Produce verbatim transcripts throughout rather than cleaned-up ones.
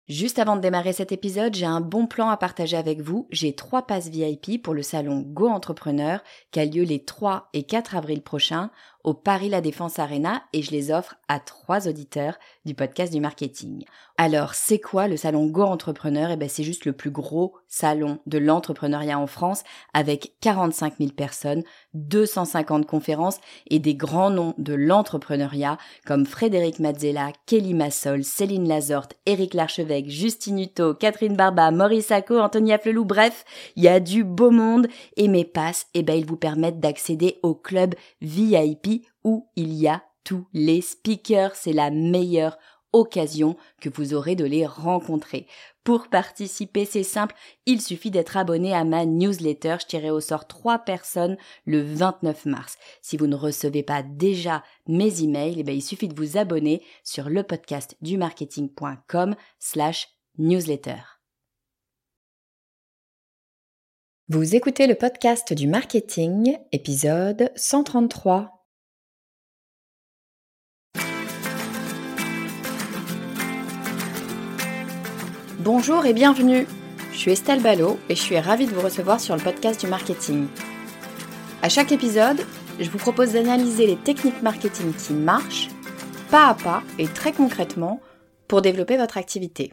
Juste avant de démarrer cet épisode, j'ai un bon plan à partager avec vous. J'ai trois passes V I P pour le salon Go Entrepreneur qui a lieu les trois et quatre avril prochains au Paris La Défense Arena et je les offre à trois auditeurs du podcast du marketing. Alors, c'est quoi le salon Go Entrepreneur ? Eh ben, c'est juste le plus gros salon de l'entrepreneuriat en France avec quarante-cinq mille personnes, deux cent cinquante conférences et des grands noms de l'entrepreneuriat comme Frédéric Mazzella, Kelly Massol, Céline Lazorte, Éric Larchevêque, Justine Hutto, Catherine Barba, Maurice Sacco, Anthony Afflelou, bref, il y a du beau monde et mes passes, eh ben, ils vous permettent d'accéder au club V I P où il y a tous les speakers. C'est la meilleure occasion que vous aurez de les rencontrer. Pour participer, c'est simple, il suffit d'être abonné à ma newsletter. Je tirerai au sort trois personnes le vingt-neuf mars. Si vous ne recevez pas déjà mes emails, eh bien, il suffit de vous abonner sur lepodcastdumarketing.com slash newsletter. Vous écoutez le podcast du marketing, épisode cent trente-trois. Bonjour et bienvenue, je suis Estelle Ballot et je suis ravie de vous recevoir sur le podcast du marketing. À chaque épisode, je vous propose d'analyser les techniques marketing qui marchent, pas à pas et très concrètement, pour développer votre activité.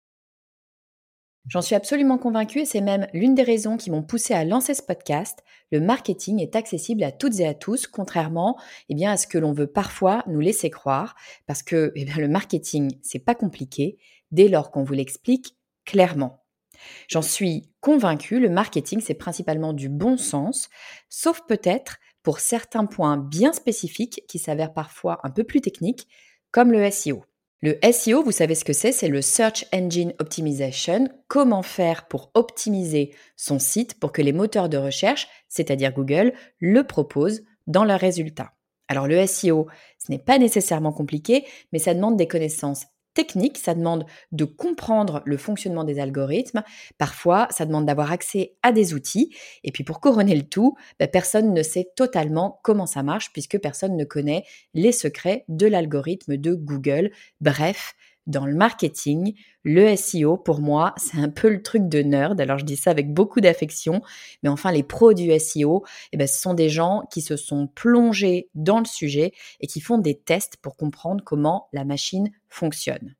J'en suis absolument convaincue et c'est même l'une des raisons qui m'ont poussée à lancer ce podcast. Le marketing est accessible à toutes et à tous, contrairement eh bien, à ce que l'on veut parfois nous laisser croire, parce que eh bien, le marketing, c'est pas compliqué, dès lors qu'on vous l'explique clairement. J'en suis convaincue, le marketing, c'est principalement du bon sens, sauf peut-être pour certains points bien spécifiques qui s'avèrent parfois un peu plus techniques, comme le S E O. Le S E O, vous savez ce que c'est, c'est le Search Engine Optimization. Comment faire pour optimiser son site pour que les moteurs de recherche, c'est-à-dire Google, le proposent dans leurs résultats. Alors le S E O, ce n'est pas nécessairement compliqué, mais ça demande des connaissances techniques, ça demande de comprendre le fonctionnement des algorithmes, parfois ça demande d'avoir accès à des outils, et puis pour couronner le tout, bah, personne ne sait totalement comment ça marche puisque personne ne connaît les secrets de l'algorithme de Google. Bref, dans le marketing, le S E O, pour moi, c'est un peu le truc de nerd. Alors, je dis ça avec beaucoup d'affection, mais enfin, les pros du S E O, eh ben, ce sont des gens qui se sont plongés dans le sujet et qui font des tests pour comprendre comment la machine fonctionne.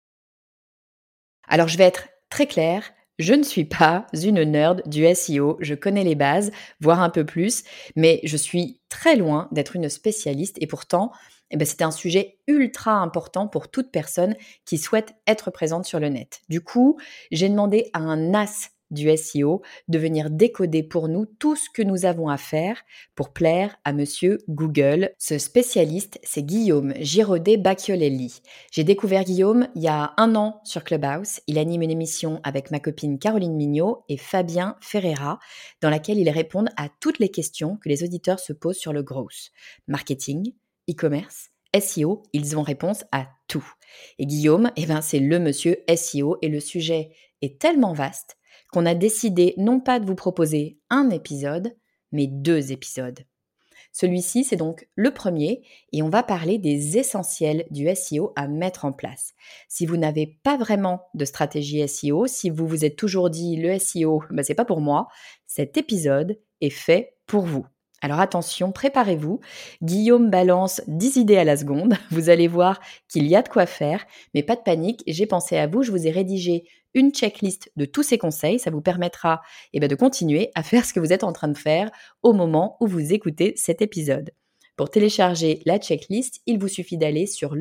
Alors, je vais être très claire, je ne suis pas une nerd du S E O, je connais les bases, voire un peu plus, mais je suis très loin d'être une spécialiste et pourtant, eh ben, c'était un sujet ultra important pour toute personne qui souhaite être présente sur le net. Du coup, j'ai demandé à un as du S E O de venir décoder pour nous tout ce que nous avons à faire pour plaire à monsieur Google. Ce spécialiste, c'est Guillaume Giraudet-Bacchiolelli. J'ai découvert Guillaume il y a un an sur Clubhouse. Il anime une émission avec ma copine Caroline Mignot et Fabien Ferreira, dans laquelle ils répondent à toutes les questions que les auditeurs se posent sur le growth. Marketing, e-commerce, S E O, ils ont réponse à tout. Et Guillaume, eh ben, c'est le monsieur S E O et le sujet est tellement vaste qu'on a décidé non pas de vous proposer un épisode, mais deux épisodes. Celui-ci, c'est donc le premier et on va parler des essentiels du S E O à mettre en place. Si vous n'avez pas vraiment de stratégie S E O, si vous vous êtes toujours dit le S E O, ben c'est pas pour moi, cet épisode est fait pour vous. Alors attention, préparez-vous. Guillaume balance dix idées à la seconde. Vous allez voir qu'il y a de quoi faire, mais pas de panique, j'ai pensé à vous, je vous ai rédigé une checklist de tous ces conseils. Ça vous permettra eh bien, de continuer à faire ce que vous êtes en train de faire au moment où vous écoutez cet épisode. Pour télécharger la checklist, il vous suffit d'aller sur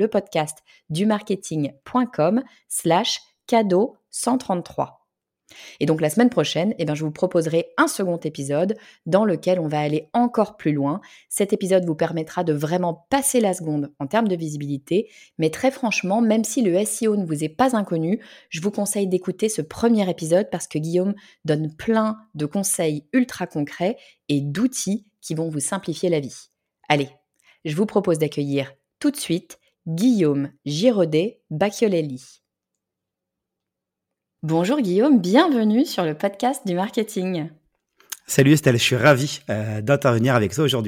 lepodcastdumarketing.com slash cadeau cent trente-trois. Et donc la semaine prochaine, eh bien, je vous proposerai un second épisode dans lequel on va aller encore plus loin. Cet épisode vous permettra de vraiment passer la seconde en termes de visibilité, mais très franchement, même si le S E O ne vous est pas inconnu, je vous conseille d'écouter ce premier épisode parce que Guillaume donne plein de conseils ultra concrets et d'outils qui vont vous simplifier la vie. Allez, je vous propose d'accueillir tout de suite Guillaume Giraudet-Bacchiolelli. Bonjour Guillaume, bienvenue sur le podcast du marketing. Salut Estelle, je suis ravi euh, d'intervenir avec toi aujourd'hui.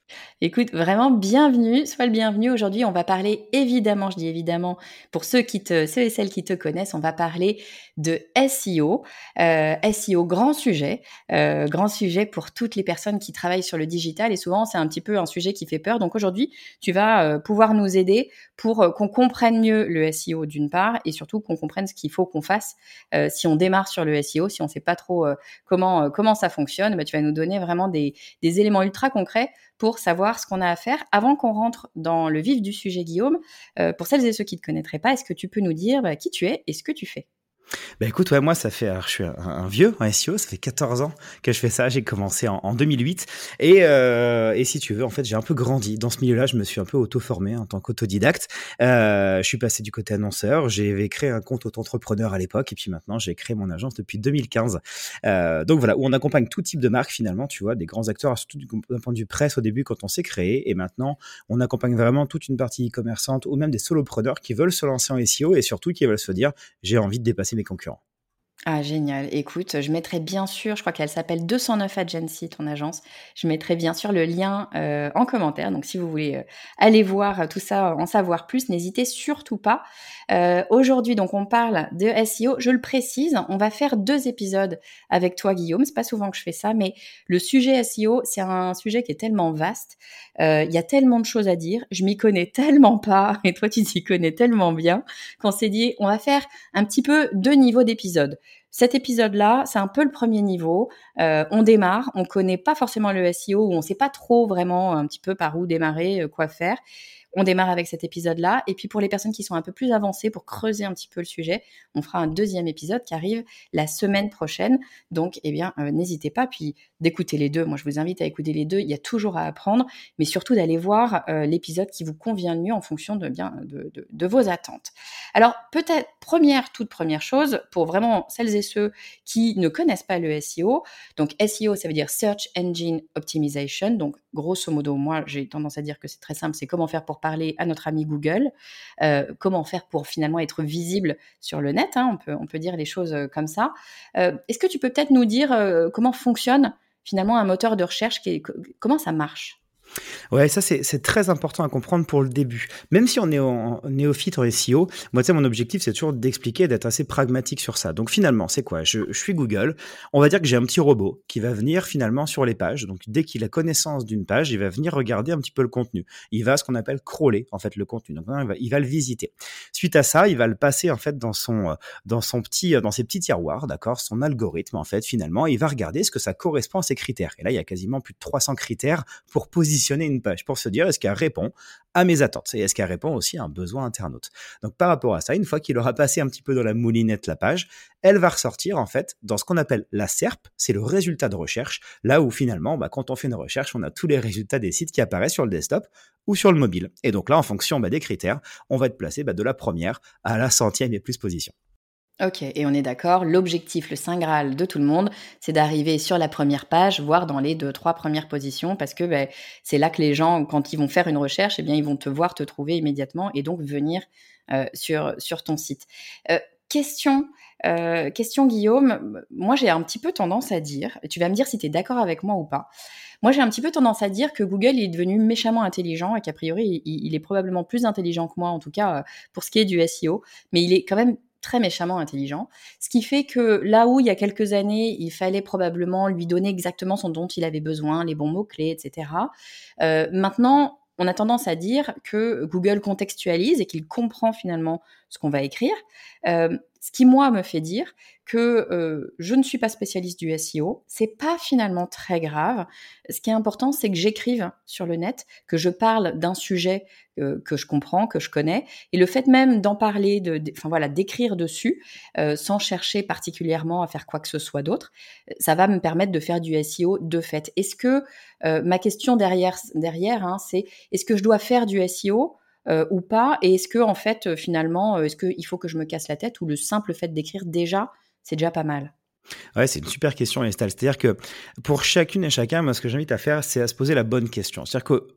Écoute, vraiment bienvenue, sois le bienvenu. Aujourd'hui, on va parler évidemment, je dis évidemment, pour ceux qui te, ceux et celles qui te connaissent, on va parler de S E O. Euh, S E O, grand sujet, euh, grand sujet pour toutes les personnes qui travaillent sur le digital et souvent c'est un petit peu un sujet qui fait peur. Donc aujourd'hui, tu vas euh, pouvoir nous aider pour euh, qu'on comprenne mieux le S E O d'une part et surtout qu'on comprenne ce qu'il faut qu'on fasse euh, si on démarre sur le S E O, si on ne sait pas trop euh, comment euh, comment ça fonctionne. Bah, tu vas nous donner vraiment des, des éléments ultra concrets pour savoir ce qu'on a à faire. Avant qu'on rentre dans le vif du sujet, Guillaume, euh, pour celles et ceux qui ne te connaîtraient pas, est-ce que tu peux nous dire bah, qui tu es et ce que tu fais? Bah écoute, ouais, moi, ça fait, alors, je suis un, un vieux en S E O, ça fait quatorze ans que je fais ça. J'ai commencé en, en deux mille huit. Et, euh, et si tu veux, en fait, j'ai un peu grandi. Dans ce milieu-là, je me suis un peu auto-formé en tant qu'autodidacte. Euh, je suis passé du côté annonceur. J'ai créé un compte auto-entrepreneur à l'époque. Et puis maintenant, j'ai créé mon agence depuis deux mille quinze. Euh, donc voilà, où on accompagne tout type de marques finalement, tu vois, des grands acteurs, surtout du- d'un point de vue presse au début quand on s'est créé. Et maintenant, on accompagne vraiment toute une partie e-commerçante ou même des solopreneurs qui veulent se lancer en S E O et surtout qui veulent se dire, j'ai envie de dépasser mes concurrents. Ah génial. Écoute, je mettrai bien sûr, je crois qu'elle s'appelle deux cent neuf Agency, ton agence. Je mettrai bien sûr le lien euh, en commentaire. Donc si vous voulez euh, aller voir euh, tout ça, en savoir plus, n'hésitez surtout pas. Euh, Aujourd'hui, donc on parle de S E O. Je le précise, on va faire deux épisodes avec toi, Guillaume. C'est pas souvent que je fais ça, mais le sujet S E O, c'est un sujet qui est tellement vaste. Euh, Il y a tellement de choses à dire. Je m'y connais tellement pas, et toi tu t'y connais tellement bien qu'on s'est dit, on va faire un petit peu deux niveaux d'épisodes. Cet épisode-là, c'est un peu le premier niveau. Euh, on démarre, on connaît pas forcément le S E O, ou on sait pas trop vraiment un petit peu par où démarrer, euh, quoi faire. On démarre avec cet épisode-là. Et puis pour les personnes qui sont un peu plus avancées, pour creuser un petit peu le sujet, on fera un deuxième épisode qui arrive la semaine prochaine. Donc, eh bien, euh, n'hésitez pas puis d'écouter les deux. Moi, je vous invite à écouter les deux. Il y a toujours à apprendre, mais surtout d'aller voir euh, l'épisode qui vous convient le mieux en fonction de, bien, de, de, de vos attentes. Alors, peut-être, première, toute première chose, pour vraiment celles et ceux qui ne connaissent pas le S E O, donc S E O, ça veut dire Search Engine Optimization, donc grosso modo, moi, j'ai tendance à dire que c'est très simple, c'est comment faire pour parler à notre ami Google, euh, comment faire pour finalement être visible sur le net, hein, on, peut, on peut dire les choses euh, comme ça. Euh, est-ce que tu peux peut-être nous dire euh, comment fonctionne finalement un moteur de recherche, qui est, comment ça marche? Ouais, ça, c'est c'est très important à comprendre pour le début. Même si on est en en néophyte en S E O, moi, tu sais, mon objectif, c'est toujours d'expliquer, d'être assez pragmatique sur ça. Donc, finalement, c'est quoi? Je, je suis Google. On va dire que j'ai un petit robot qui va venir finalement sur les pages. Donc, dès qu'il a connaissance d'une page, il va venir regarder un petit peu le contenu. Il va, ce qu'on appelle, crawler, en fait, le contenu. Donc, hein, il va, il va le visiter. Suite à ça, il va le passer, en fait, dans son, euh, dans son petit, euh, dans ses petits tiroirs, d'accord? Son algorithme, en fait, finalement, il va regarder ce que ça correspond à ses critères. Et là, il y a quasiment plus de trois cents critères pour positionner une page, pour se dire est-ce qu'elle répond à mes attentes et est-ce qu'elle répond aussi à un besoin internaute. Donc par rapport à ça, une fois qu'il aura passé un petit peu dans la moulinette la page, elle va ressortir en fait dans ce qu'on appelle la S E R P, c'est le résultat de recherche, là où finalement, bah, quand on fait une recherche, on a tous les résultats des sites qui apparaissent sur le desktop ou sur le mobile. Et donc là, en fonction bah, des critères, on va être placé bah, de la première à la centième et plus position. Ok, et on est d'accord, l'objectif, le saint graal de tout le monde, c'est d'arriver sur la première page, voire dans les deux, trois premières positions, parce que ben, c'est là que les gens, quand ils vont faire une recherche, eh bien, ils vont te voir, te trouver immédiatement, et donc venir euh, sur, sur ton site. Euh, question, euh, question Guillaume, moi j'ai un petit peu tendance à dire, et tu vas me dire si tu es d'accord avec moi ou pas, moi j'ai un petit peu tendance à dire que Google est devenu méchamment intelligent, et qu'a priori il, il est probablement plus intelligent que moi, en tout cas euh, pour ce qui est du S E O, mais il est quand même très méchamment intelligent, ce qui fait que là où il y a quelques années, il fallait probablement lui donner exactement ce dont il avait besoin, les bons mots-clés, et cetera. Euh, maintenant, on a tendance à dire que Google contextualise et qu'il comprend finalement ce qu'on va écrire, euh, ce qui, moi, me fait dire que euh, je ne suis pas spécialiste du S E O, c'est pas finalement très grave. Ce qui est important, c'est que j'écrive sur le net, que je parle d'un sujet euh, que je comprends, que je connais, et le fait même d'en parler, de, de, enfin voilà, d'écrire dessus, euh, sans chercher particulièrement à faire quoi que ce soit d'autre, ça va me permettre de faire du S E O de fait. Est-ce que euh, ma question derrière, derrière, hein, c'est est-ce que je dois faire du S E O euh, ou pas? Et est-ce que en fait, euh, finalement, euh, est-ce qu'il faut que je me casse la tête ou le simple fait d'écrire déjà, c'est déjà pas mal? Ouais, c'est une super question, Estal. C'est-à-dire que pour chacune et chacun, moi, ce que j'invite à faire, c'est à se poser la bonne question. C'est-à-dire que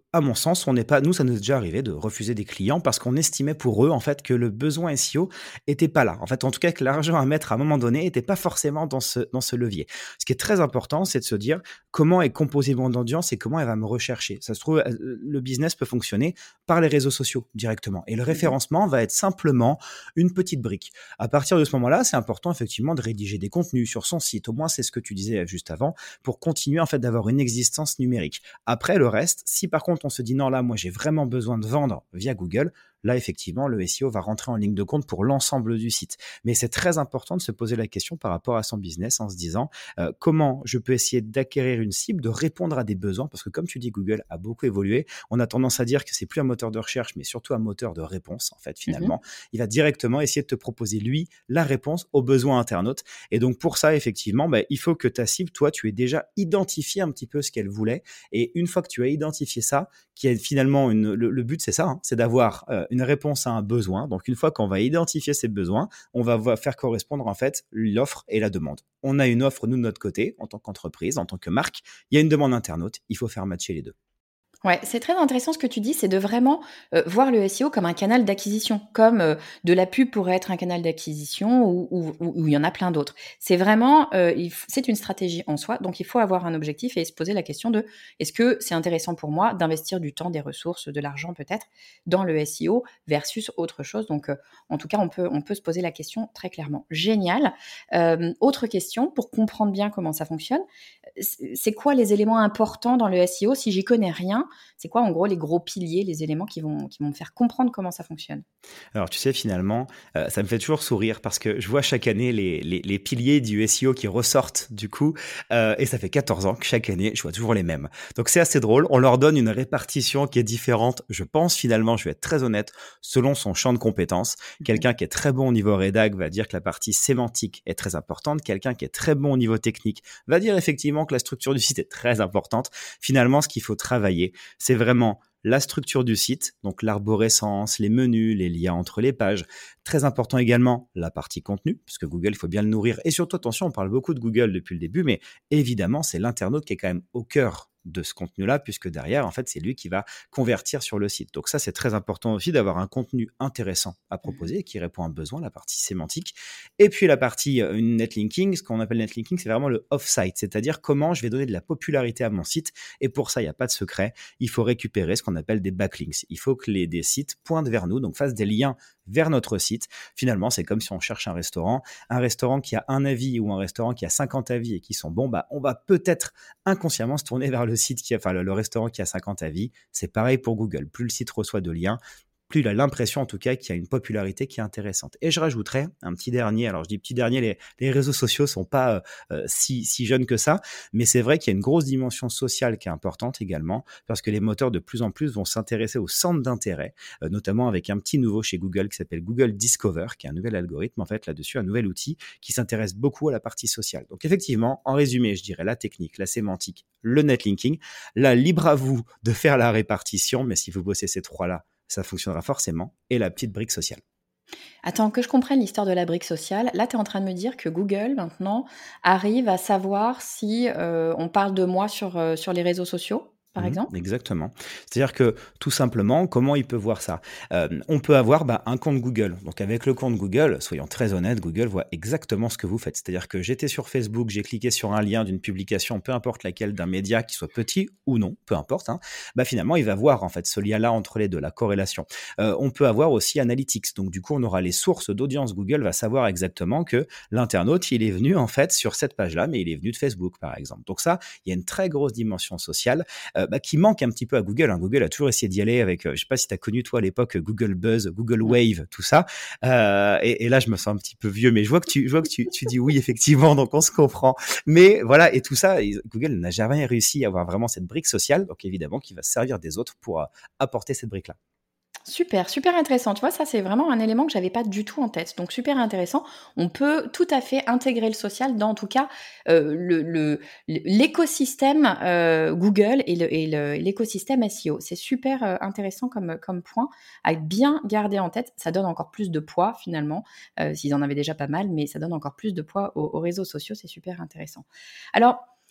à mon sens, on n'est pas nous, ça nous est déjà arrivé de refuser des clients parce qu'on estimait pour eux, en fait, que le besoin S E O était pas là. En fait, en tout cas, que l'argent à mettre à un moment donné était pas forcément dans ce dans ce levier. Ce qui est très important, c'est de se dire comment est composée mon audience et comment elle va me rechercher. Ça se trouve, heu, le business peut fonctionner par les réseaux sociaux directement et le Mmh. référencement va être simplement une petite brique. À partir de ce moment-là, c'est important effectivement de rédiger des contenus sur son site. Au moins, c'est ce que tu disais juste avant, pour continuer en fait d'avoir une existence numérique. Après, le reste, si par contre on se dit non, là, moi j'ai vraiment besoin de vendre via Google, là effectivement, le S E O va rentrer en ligne de compte pour l'ensemble du site. Mais c'est très important de se poser la question par rapport à son business en se disant euh, comment je peux essayer d'acquérir une cible, de répondre à des besoins, parce que comme tu dis, Google a beaucoup évolué. On a tendance à dire que c'est plus un moteur de recherche, mais surtout un moteur de réponse, en fait, Mmh. finalement. Il va directement essayer de te proposer, lui, la réponse aux besoins internautes. Et donc, pour ça, effectivement, bah, il faut que ta cible, toi, tu aies déjà identifié un petit peu ce qu'elle voulait. Et une fois que tu as identifié ça, qui est finalement une, le, le but, c'est ça, hein, c'est d'avoir euh, une réponse à un besoin. Donc, une fois qu'on va identifier ces besoins, on va va faire correspondre, en fait, l'offre et la demande. On a une offre, nous, de notre côté, en tant qu'entreprise, en tant que marque. Il y a une demande internaute. Il faut faire matcher les deux. Ouais, c'est très intéressant ce que tu dis, c'est de vraiment, heu, voir le S E O comme un canal d'acquisition, comme, heu, de la pub pourrait être un canal d'acquisition ou ou ou ou il y en a plein d'autres. C'est vraiment, heu, il f c'est une stratégie en soi, donc il faut avoir un objectif et se poser la question de: «Est-ce que c'est intéressant pour moi d'investir du temps, des ressources, de l'argent peut-être dans le S E O versus autre chose?» Donc, heu, en tout cas, on peut on peut se poser la question très clairement. Génial. Hem, autre question pour comprendre bien comment ça fonctionne, c'est c'est quoi les éléments importants dans le S E O si j'y connais rien? C'est quoi, en gros, les gros piliers, les éléments qui vont qui vont me faire comprendre comment ça fonctionne? Alors, tu sais, finalement, heu, ça me fait toujours sourire parce que je vois chaque année les les les piliers du S E O qui ressortent du coup, heu et ça fait quatorze ans que chaque année, je vois toujours les mêmes. Donc c'est assez drôle. On leur donne une répartition qui est différente, je pense finalement, je vais être très honnête, selon son champ de compétences. Mmh. Quelqu'un qui est très bon au niveau rédac va dire que la partie sémantique est très importante. Quelqu'un qui est très bon au niveau technique va dire effectivement que la structure du site est très importante. Finalement, ce qu'il faut travailler, c'est vraiment la structure du site, donc l'arborescence, les menus, les liens entre les pages. Très important également, la partie contenu, puisque Google, il faut bien le nourrir. Et surtout, attention, on parle beaucoup de Google depuis le début, mais évidemment, c'est l'internaute qui est quand même au cœur de ce contenu-là, puisque derrière, en fait, c'est lui qui va convertir sur le site. Donc ça, c'est très important aussi d'avoir un contenu intéressant à Mmh. proposer, qui répond à un besoin, la partie sémantique. Et puis la partie euh, netlinking, ce qu'on appelle netlinking, c'est vraiment le off-site, c'est-à-dire comment je vais donner de la popularité à mon site. Et pour ça, il n'y a pas de secret, il faut récupérer ce qu'on appelle des backlinks. Il faut que les des sites pointent vers nous, donc fassent des liens vers notre site. Finalement, c'est comme si on cherche un restaurant. Un restaurant qui a un avis ou un restaurant qui a cinquante avis et qui sont bons, bah, on va peut-être inconsciemment se tourner vers le site qui a, enfin, le, le restaurant qui a cinquante avis. C'est pareil pour Google. Plus le site reçoit de liens, plus il a l'impression en tout cas qu'il y a une popularité qui est intéressante. Et je rajouterais un petit dernier, alors je dis petit dernier, les, les réseaux sociaux sont pas euh, euh, si, si jeunes que ça, mais c'est vrai qu'il y a une grosse dimension sociale qui est importante également, parce que les moteurs de plus en plus vont s'intéresser aux centres d'intérêt, euh, notamment avec un petit nouveau chez Google qui s'appelle Google Discover, qui est un nouvel algorithme en fait là-dessus, un nouvel outil qui s'intéresse beaucoup à la partie sociale. Donc effectivement, en résumé, je dirais la technique, la sémantique, le netlinking, là, libre à vous de faire la répartition, mais si vous bossez ces trois-là, ça fonctionnera forcément, et la petite brique sociale. Attends, que je comprenne l'histoire de la brique sociale. Là, tu es en train de me dire que Google, maintenant, arrive à savoir si, heu, on parle de moi sur, heu, sur les réseaux sociaux, par Mmh, exemple? exactement. C'est-à-dire que, tout simplement, comment il peut voir ça? Hem, on peut avoir, bah, un compte Google. Donc avec le compte Google, soyons très honnêtes, Google voit exactement ce que vous faites. C'est-à-dire que j'étais sur Facebook, j'ai cliqué sur un lien d'une publication, peu importe laquelle, d'un média, qui soit petit ou non, peu importe, hein, bah, finalement, il va voir, en fait, ce lien-là entre les deux, la corrélation. Heu, on peut avoir aussi Analytics. Donc du coup, on aura les sources d'audience. Google va savoir exactement que l'internaute, il est venu, en fait, sur cette page-là, mais il est venu de Facebook, par exemple. Donc ça, il y a une très grosse dimension sociale euh, bah, qui manque un petit peu à Google. Hein. Google a toujours essayé d'y aller avec, euh, je sais pas si tu as connu toi à l'époque Google Buzz, Google Mmh. Wave, tout ça. Euh, et, et là, je me sens un petit peu vieux, mais je vois que tu, je vois que tu, tu dis oui effectivement, donc on se comprend. Mais voilà, et tout ça, Google n'a jamais réussi à avoir vraiment cette brique sociale, donc évidemment, qui va se servir des autres pour euh, apporter cette brique-là. Super, super intéressant. Tu vois, ça, c'est vraiment un élément que j'avais pas du tout en tête. Donc, super intéressant. On peut tout à fait intégrer le social dans, en tout cas, euh, le, le- l'écosystème euh, Google et, le, et le- l'écosystème S E O. C'est super euh, intéressant comme, comme point à bien garder en tête. Ça donne encore plus de poids, finalement, euh, s'ils en avaient déjà pas mal, mais ça donne encore plus de poids aux, aux réseaux sociaux. C'est super intéressant. Alors,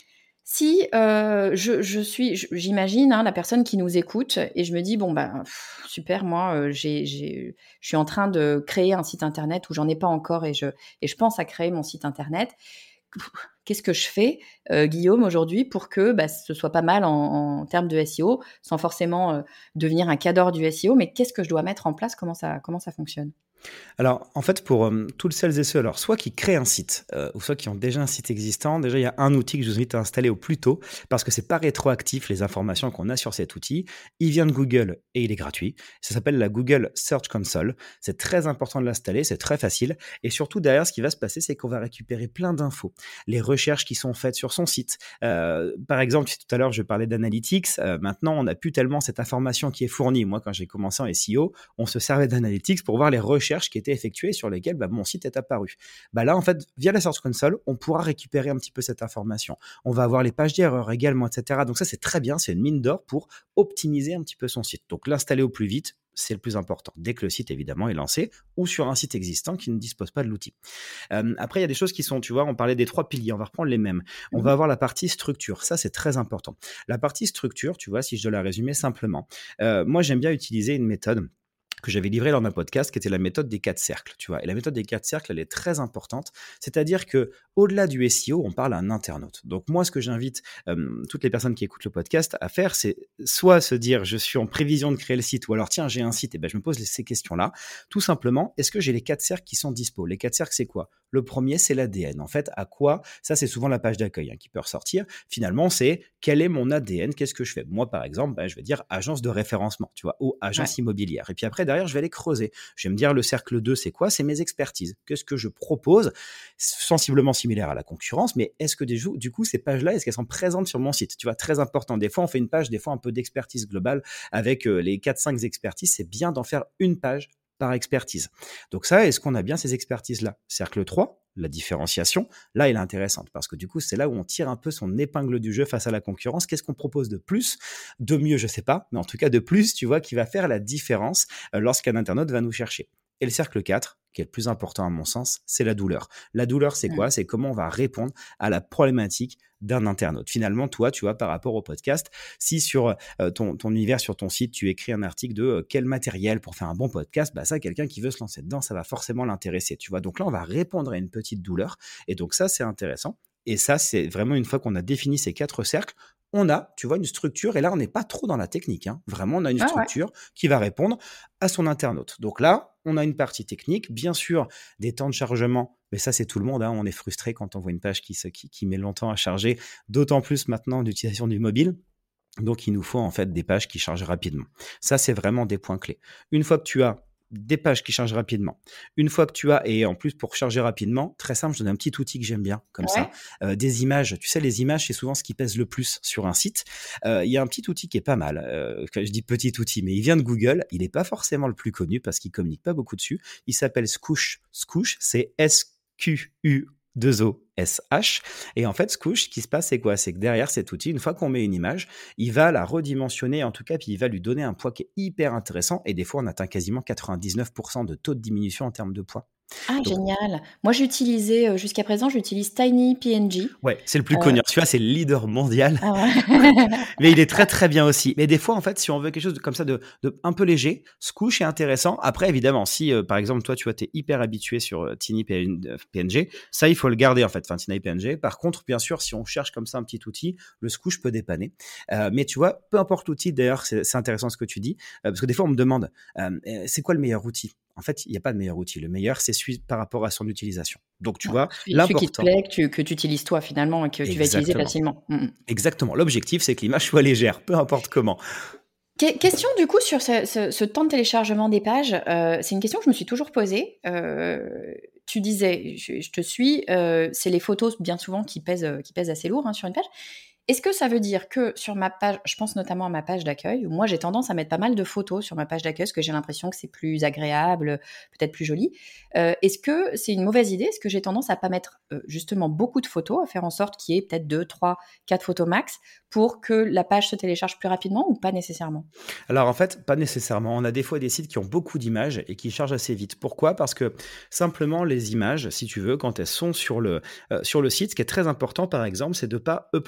Si euh, je, je suis, je- j'imagine hein, la personne qui nous écoute et je me dis bon bah pff, super, moi euh, j'ai, j'ai, je suis en train de créer un site internet où j'en ai pas encore et je et je pense à créer mon site internet. Pff, Qu'est-ce que je fais, euh, Guillaume, aujourd'hui pour que bah, ce soit pas mal en, en termes de S E O, sans forcément euh, devenir un cadre du S E O, mais qu'est-ce que je dois mettre en place, comment ça, comment ça fonctionne? Alors, en fait, pour euh, toutes celles et ceux, alors, soit qui créent un site, euh, ou soit qui ont déjà un site existant, déjà, il y a un outil que je vous invite à installer au plus tôt, parce que c'est pas rétroactif, les informations qu'on a sur cet outil. Il vient de Google et il est gratuit. Ça s'appelle la Google Search Console. C'est très important de l'installer, c'est très facile. Et surtout, derrière, ce qui va se passer, c'est qu'on va récupérer plein d'infos. Les recherches qui sont faites sur son site. Euh, par exemple, tout à l'heure, je parlais d'analytics. Euh, maintenant, on n'a plus tellement cette information qui est fournie. Moi, quand j'ai commencé en S E O, on se servait d'analytics pour voir les recherches qui étaient effectuées sur lesquelles bah, mon site est apparu. Bah là, en fait, via la Search Console, on pourra récupérer un petit peu cette information. On va avoir les pages d'erreur également, et cetera. Donc ça, c'est très bien, c'est une mine d'or pour optimiser un petit peu son site. Donc l'installer au plus vite, c'est le plus important, dès que le site évidemment est lancé ou sur un site existant qui ne dispose pas de l'outil. Euh, après, il y a des choses qui sont, tu vois, on parlait des trois piliers, on va reprendre les mêmes. On va avoir la partie structure, ça c'est très important. La partie structure, tu vois, si je dois la résumer simplement, euh, moi j'aime bien utiliser une méthode que j'avais livré lors d'un podcast, qui était la méthode des quatre cercles, tu vois. Et la méthode des quatre cercles, elle est très importante. C'est-à-dire que, au-delà du S E O, on parle à un internaute. Donc, moi, ce que j'invite euh, toutes les personnes qui écoutent le podcast à faire, c'est soit se dire, je suis en prévision de créer le site, ou alors, tiens, j'ai un site, et ben, je me pose ces questions-là. Tout simplement, est-ce que j'ai les quatre cercles qui sont dispo? Les quatre cercles, c'est quoi? Le premier, c'est l'A D N. En fait, à quoi? Ça, c'est souvent la page d'accueil hein, qui peut ressortir. Finalement, c'est quel est mon A D N? Qu'est-ce que je fais? Moi, par exemple, ben, je vais dire agence de référencement, tu vois, ou agence Ouais. immobilière. Et puis après, derrière, je vais aller creuser. Je vais me dire, le cercle deux, c'est quoi? C'est mes expertises. Qu'est-ce que je propose? Sensiblement similaire à la concurrence, mais est-ce que des, du coup, ces pages-là, est-ce qu'elles sont présentes sur mon site? Tu vois, très important. Des fois, on fait une page, des fois, un peu d'expertise globale avec euh, les quatre cinq expertises. C'est bien d'en faire une page par expertise. Donc ça, est-ce qu'on a bien ces expertises-là? Cercle trois, la différenciation, là, elle est intéressante parce que du coup, c'est là où on tire un peu son épingle du jeu face à la concurrence. Qu'est-ce qu'on propose de plus? De mieux, je sais pas, mais en tout cas de plus, tu vois, qui va faire la différence euh, lorsqu'un internaute va nous chercher. Et le cercle quatre, qui est le plus important à mon sens, c'est la douleur. La douleur, c'est quoi? C'est comment on va répondre à la problématique d'un internaute. Finalement, toi, tu vois, par rapport au podcast, si sur euh, ton, ton univers, sur ton site, tu écris un article de euh, quel matériel pour faire un bon podcast, bah ça, quelqu'un qui veut se lancer dedans, ça va forcément l'intéresser, tu vois. Donc là, on va répondre à une petite douleur. Et donc ça, c'est intéressant. Et ça, c'est vraiment une fois qu'on a défini ces quatre cercles, on a, tu vois, une structure. Et là, on n'est pas trop dans la technique. Hein. Vraiment, on a une Ah ouais. structure qui va répondre à son internaute. Donc là, on a une partie technique, bien sûr, des temps de chargement. Mais ça, c'est tout le monde. Hein. On est frustré quand on voit une page qui, se, qui, qui met longtemps à charger, d'autant plus maintenant d'utilisation du mobile. Donc, il nous faut en fait des pages qui chargent rapidement. Ça, c'est vraiment des points clés. Une fois que tu as des pages qui chargent rapidement. Une fois que tu as, et en plus pour charger rapidement, très simple, je donne un petit outil que j'aime bien, comme Ouais. ça, euh, des images. Tu sais, les images, c'est souvent ce qui pèse le plus sur un site. Euh, Il y a un petit outil qui est pas mal. Euh, je dis petit outil, mais il vient de Google. Il n'est pas forcément le plus connu parce qu'il communique pas beaucoup dessus. Il s'appelle Skoosh. Skoosh, c'est S Q U deux O S H. Et en fait, Skoosh, ce qui se passe, c'est quoi? C'est que derrière cet outil, une fois qu'on met une image, il va la redimensionner, en tout cas, puis il va lui donner un poids qui est hyper intéressant. Et des fois, on atteint quasiment quatre-vingt-dix-neuf pour cent de taux de diminution en termes de poids. Ah, Donc, génial. Moi, j'utilisais, euh, jusqu'à présent, j'utilise Tiny P N G. ouais, c'est le plus Euh, connu. Celui-là, c'est le leader mondial. ah ouais. Mais il est très très bien aussi. Mais des fois, en fait, si on veut quelque chose de, comme ça de, de un peu léger, Skoosh est intéressant. Après, évidemment, si euh, par exemple toi, tu vois, t'es hyper habitué sur euh, Tiny P N G, ça, il faut le garder en fait. Enfin, Tiny P N G. Par contre, bien sûr, si on cherche comme ça un petit outil, le Skoosh peut dépanner. Euh, mais tu vois, peu importe l'outil. D'ailleurs, c'est, c'est intéressant ce que tu dis, euh, parce que des fois, on me demande, euh, c'est quoi le meilleur outil? En fait, il n'y a pas de meilleur outil. Le meilleur, c'est celui par rapport à son utilisation. Donc, tu Ouais, vois, celui, celui qui te l'important. plaît, que tu, que tu utilises toi finalement et que tu vas utiliser Exactement. facilement. Mm, mm. Exactement. L'objectif, c'est que l'image soit légère, peu importe comment. Que- Question du coup sur ce, ce- ce temps de téléchargement des pages, euh, c'est une question que je me suis toujours posée. Euh, tu disais, je, je te suis, euh, c'est les photos bien souvent qui pèsent, euh, qui pèsent assez lourd hein, sur une page. Est-ce que ça veut dire que sur ma page, je pense notamment à ma page d'accueil, où moi j'ai tendance à mettre pas mal de photos sur ma page d'accueil parce que j'ai l'impression que c'est plus agréable, peut-être plus joli. Euh, est-ce que c'est une mauvaise idée? Est-ce que j'ai tendance à pas mettre euh, justement beaucoup de photos, à faire en sorte qu'il y ait peut-être deux, trois, quatre photos max pour que la page se télécharge plus rapidement ou pas nécessairement? Alors en fait, pas nécessairement. On a des fois des sites qui ont beaucoup d'images et qui chargent assez vite. Pourquoi? Parce que simplement les images, si tu veux, quand elles sont sur le, euh, sur le site, ce qui est très important par exemple, c'est de ne pas uploader, donc de ne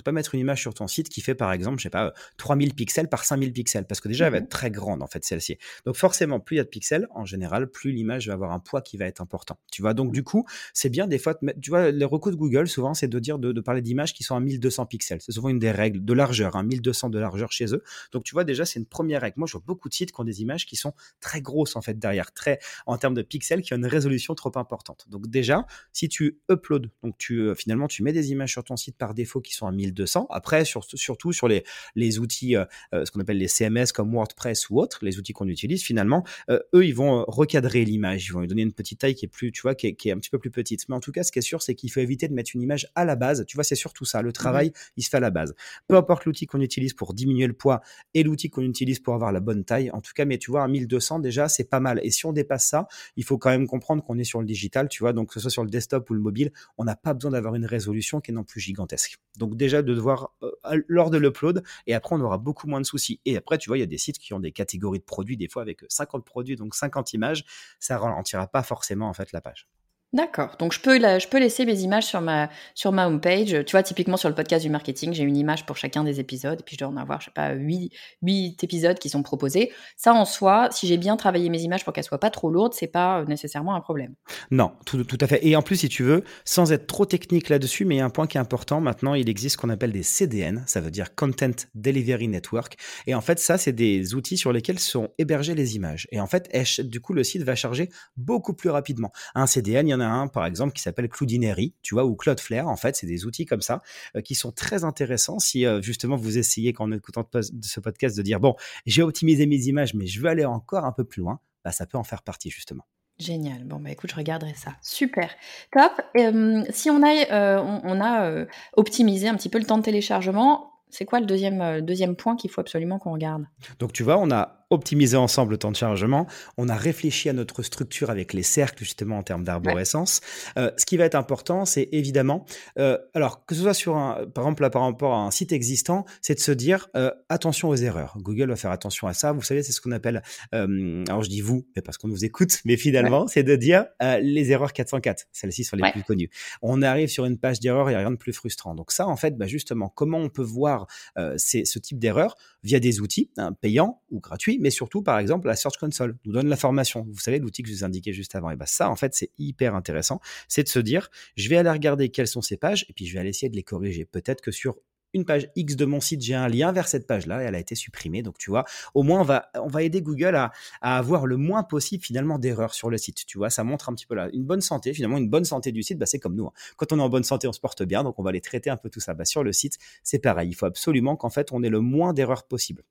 pas mettre une image sur ton site qui fait par exemple, je sais pas, trois mille pixels par cinq mille pixels, parce que déjà, elle va Mmh. être très grande en fait celle-ci. Donc forcément, plus il y a de pixels, en général, plus l'image va avoir un poids qui va être important. Tu vois, donc du coup, c'est bien des fois, de mettre- tu vois, les recos de Google, souvent, c'est de dire de, de parler d'images qui sont à mille deux cents pixels. C'est souvent une des règles de largeur, hein, mille deux cents de largeur chez eux. Donc tu vois, déjà, c'est une première règle. Moi, je vois beaucoup de sites qui ont des images qui sont très grosses en fait derrière, très en termes de pixels, qui ont une résolution trop importante. Donc déjà, si tu uploads, donc tu euh, finalement tu mets des images sur ton site par défaut qui sont à mille deux cents. Après, sur- surtout sur les, les outils, euh, euh, ce qu'on appelle les C M S comme WordPress ou autres, les outils qu'on utilise, finalement, euh, eux, ils vont euh, recadrer l'image, ils vont lui donner une petite taille qui est plus, tu vois, qui est, qui est un petit peu plus petite. Mais en tout cas, ce qui est sûr, c'est qu'il faut éviter de mettre une image à la base. Tu vois, c'est surtout ça. Le Mmh. travail, il se fait à la base. Peu importe l'outil qu'on utilise pour diminuer le poids et l'outil qu'on utilise pour avoir la bonne taille. En tout cas, mais tu vois, à mille deux cents déjà, c'est pas mal. Et si on dépasse ça, il faut quand même comprendre qu'on est sur le digital, tu vois, donc que ce soit sur le desktop ou le mobile, on n'a pas besoin d'avoir une résolution qui est non plus gigantesque. Donc déjà de devoir euh, lors de l'upload, et après on aura beaucoup moins de soucis. Et après, tu vois, il y a des sites qui ont des catégories de produits, des fois avec cinquante produits, donc cinquante images, ça ralentira pas forcément en fait la page. D'accord, donc je peux la je peux laisser mes images sur ma sur ma homepage. Tu vois, typiquement sur le podcast du marketing, j'ai une image pour chacun des épisodes et puis je dois en avoir, je sais pas, huit huit épisodes qui sont proposés. Ça, en soi, si j'ai bien travaillé mes images pour qu'elles soient pas trop lourdes, c'est pas, heu, nécessairement un problème. Non, tout, tout à fait. Et en plus, si tu veux, sans être trop technique là-dessus, mais il y a un point qui est important. Maintenant, il existe ce qu'on appelle des C D N, ça veut dire Content Delivery Network. Et en fait, ça, c'est des outils sur lesquels sont hébergées les images. Et en fait, elles ch- du coup, le site va charger beaucoup plus rapidement. Un C D N, il y en a un, par exemple, qui s'appelle Cloudinary, tu vois, ou Cloudflare. En fait, c'est des outils comme ça euh, qui sont très intéressants si euh, justement vous essayez, quand en écoutant de pos- de ce podcast, de dire, bon, j'ai optimisé mes images, mais je veux aller encore un peu plus loin. Bah, ça peut en faire partie, justement. Génial. Bon, bah, écoute, je regarderai ça. Super. Top. Hem, si on a, heu, on on a, heu, optimisé un petit peu le temps de téléchargement, c'est quoi le deuxième e heu, point qu'il faut absolument qu'on regarde? Donc tu vois, on a optimisé ensemble le temps de chargement, on a réfléchi à notre structure avec les cercles justement en termes Ouais. d'arborescence. Euh, ce qui va être important, c'est évidemment, euh, alors que ce soit sur un, par exemple là, par rapport à un site existant, c'est de se dire euh, attention aux erreurs. Google va faire attention à ça. Vous savez, c'est ce qu'on appelle, euh, alors je dis vous, mais parce qu'on nous écoute, mais Ouais. finalement, c'est de dire euh, les erreurs quatre cent quatre. Celles-ci sont les Ouais. plus connues. On arrive sur une page d'erreur, il n'y a rien de plus frustrant. Donc ça, en fait, bah, justement, comment on peut voir euh, ces- ce type d'erreur via des outils hein, payants ou gratuits, mais surtout, par exemple, la Search Console nous donne l'information. Vous savez, l'outil que je vous indiquais juste avant. Et ben ça, en fait, c'est hyper intéressant. C'est de se dire, je vais aller regarder quelles sont ces pages et puis je vais aller essayer de les corriger. Peut-être que sur une page X de mon site, j'ai un lien vers cette page-là et elle a été supprimée. Donc, tu vois, au moins, on va, on va aider Google à, à avoir le moins possible, finalement, d'erreurs sur le site. Tu vois, ça montre un petit peu là. Une bonne santé, finalement, une bonne santé du site, bah, c'est comme nous. Hein. Quand on est en bonne santé, on se porte bien. Donc, on va les traiter un peu tout ça. Bah, sur le site, c'est pareil. Il faut absolument qu'en fait, on ait le moins d'erreurs possible.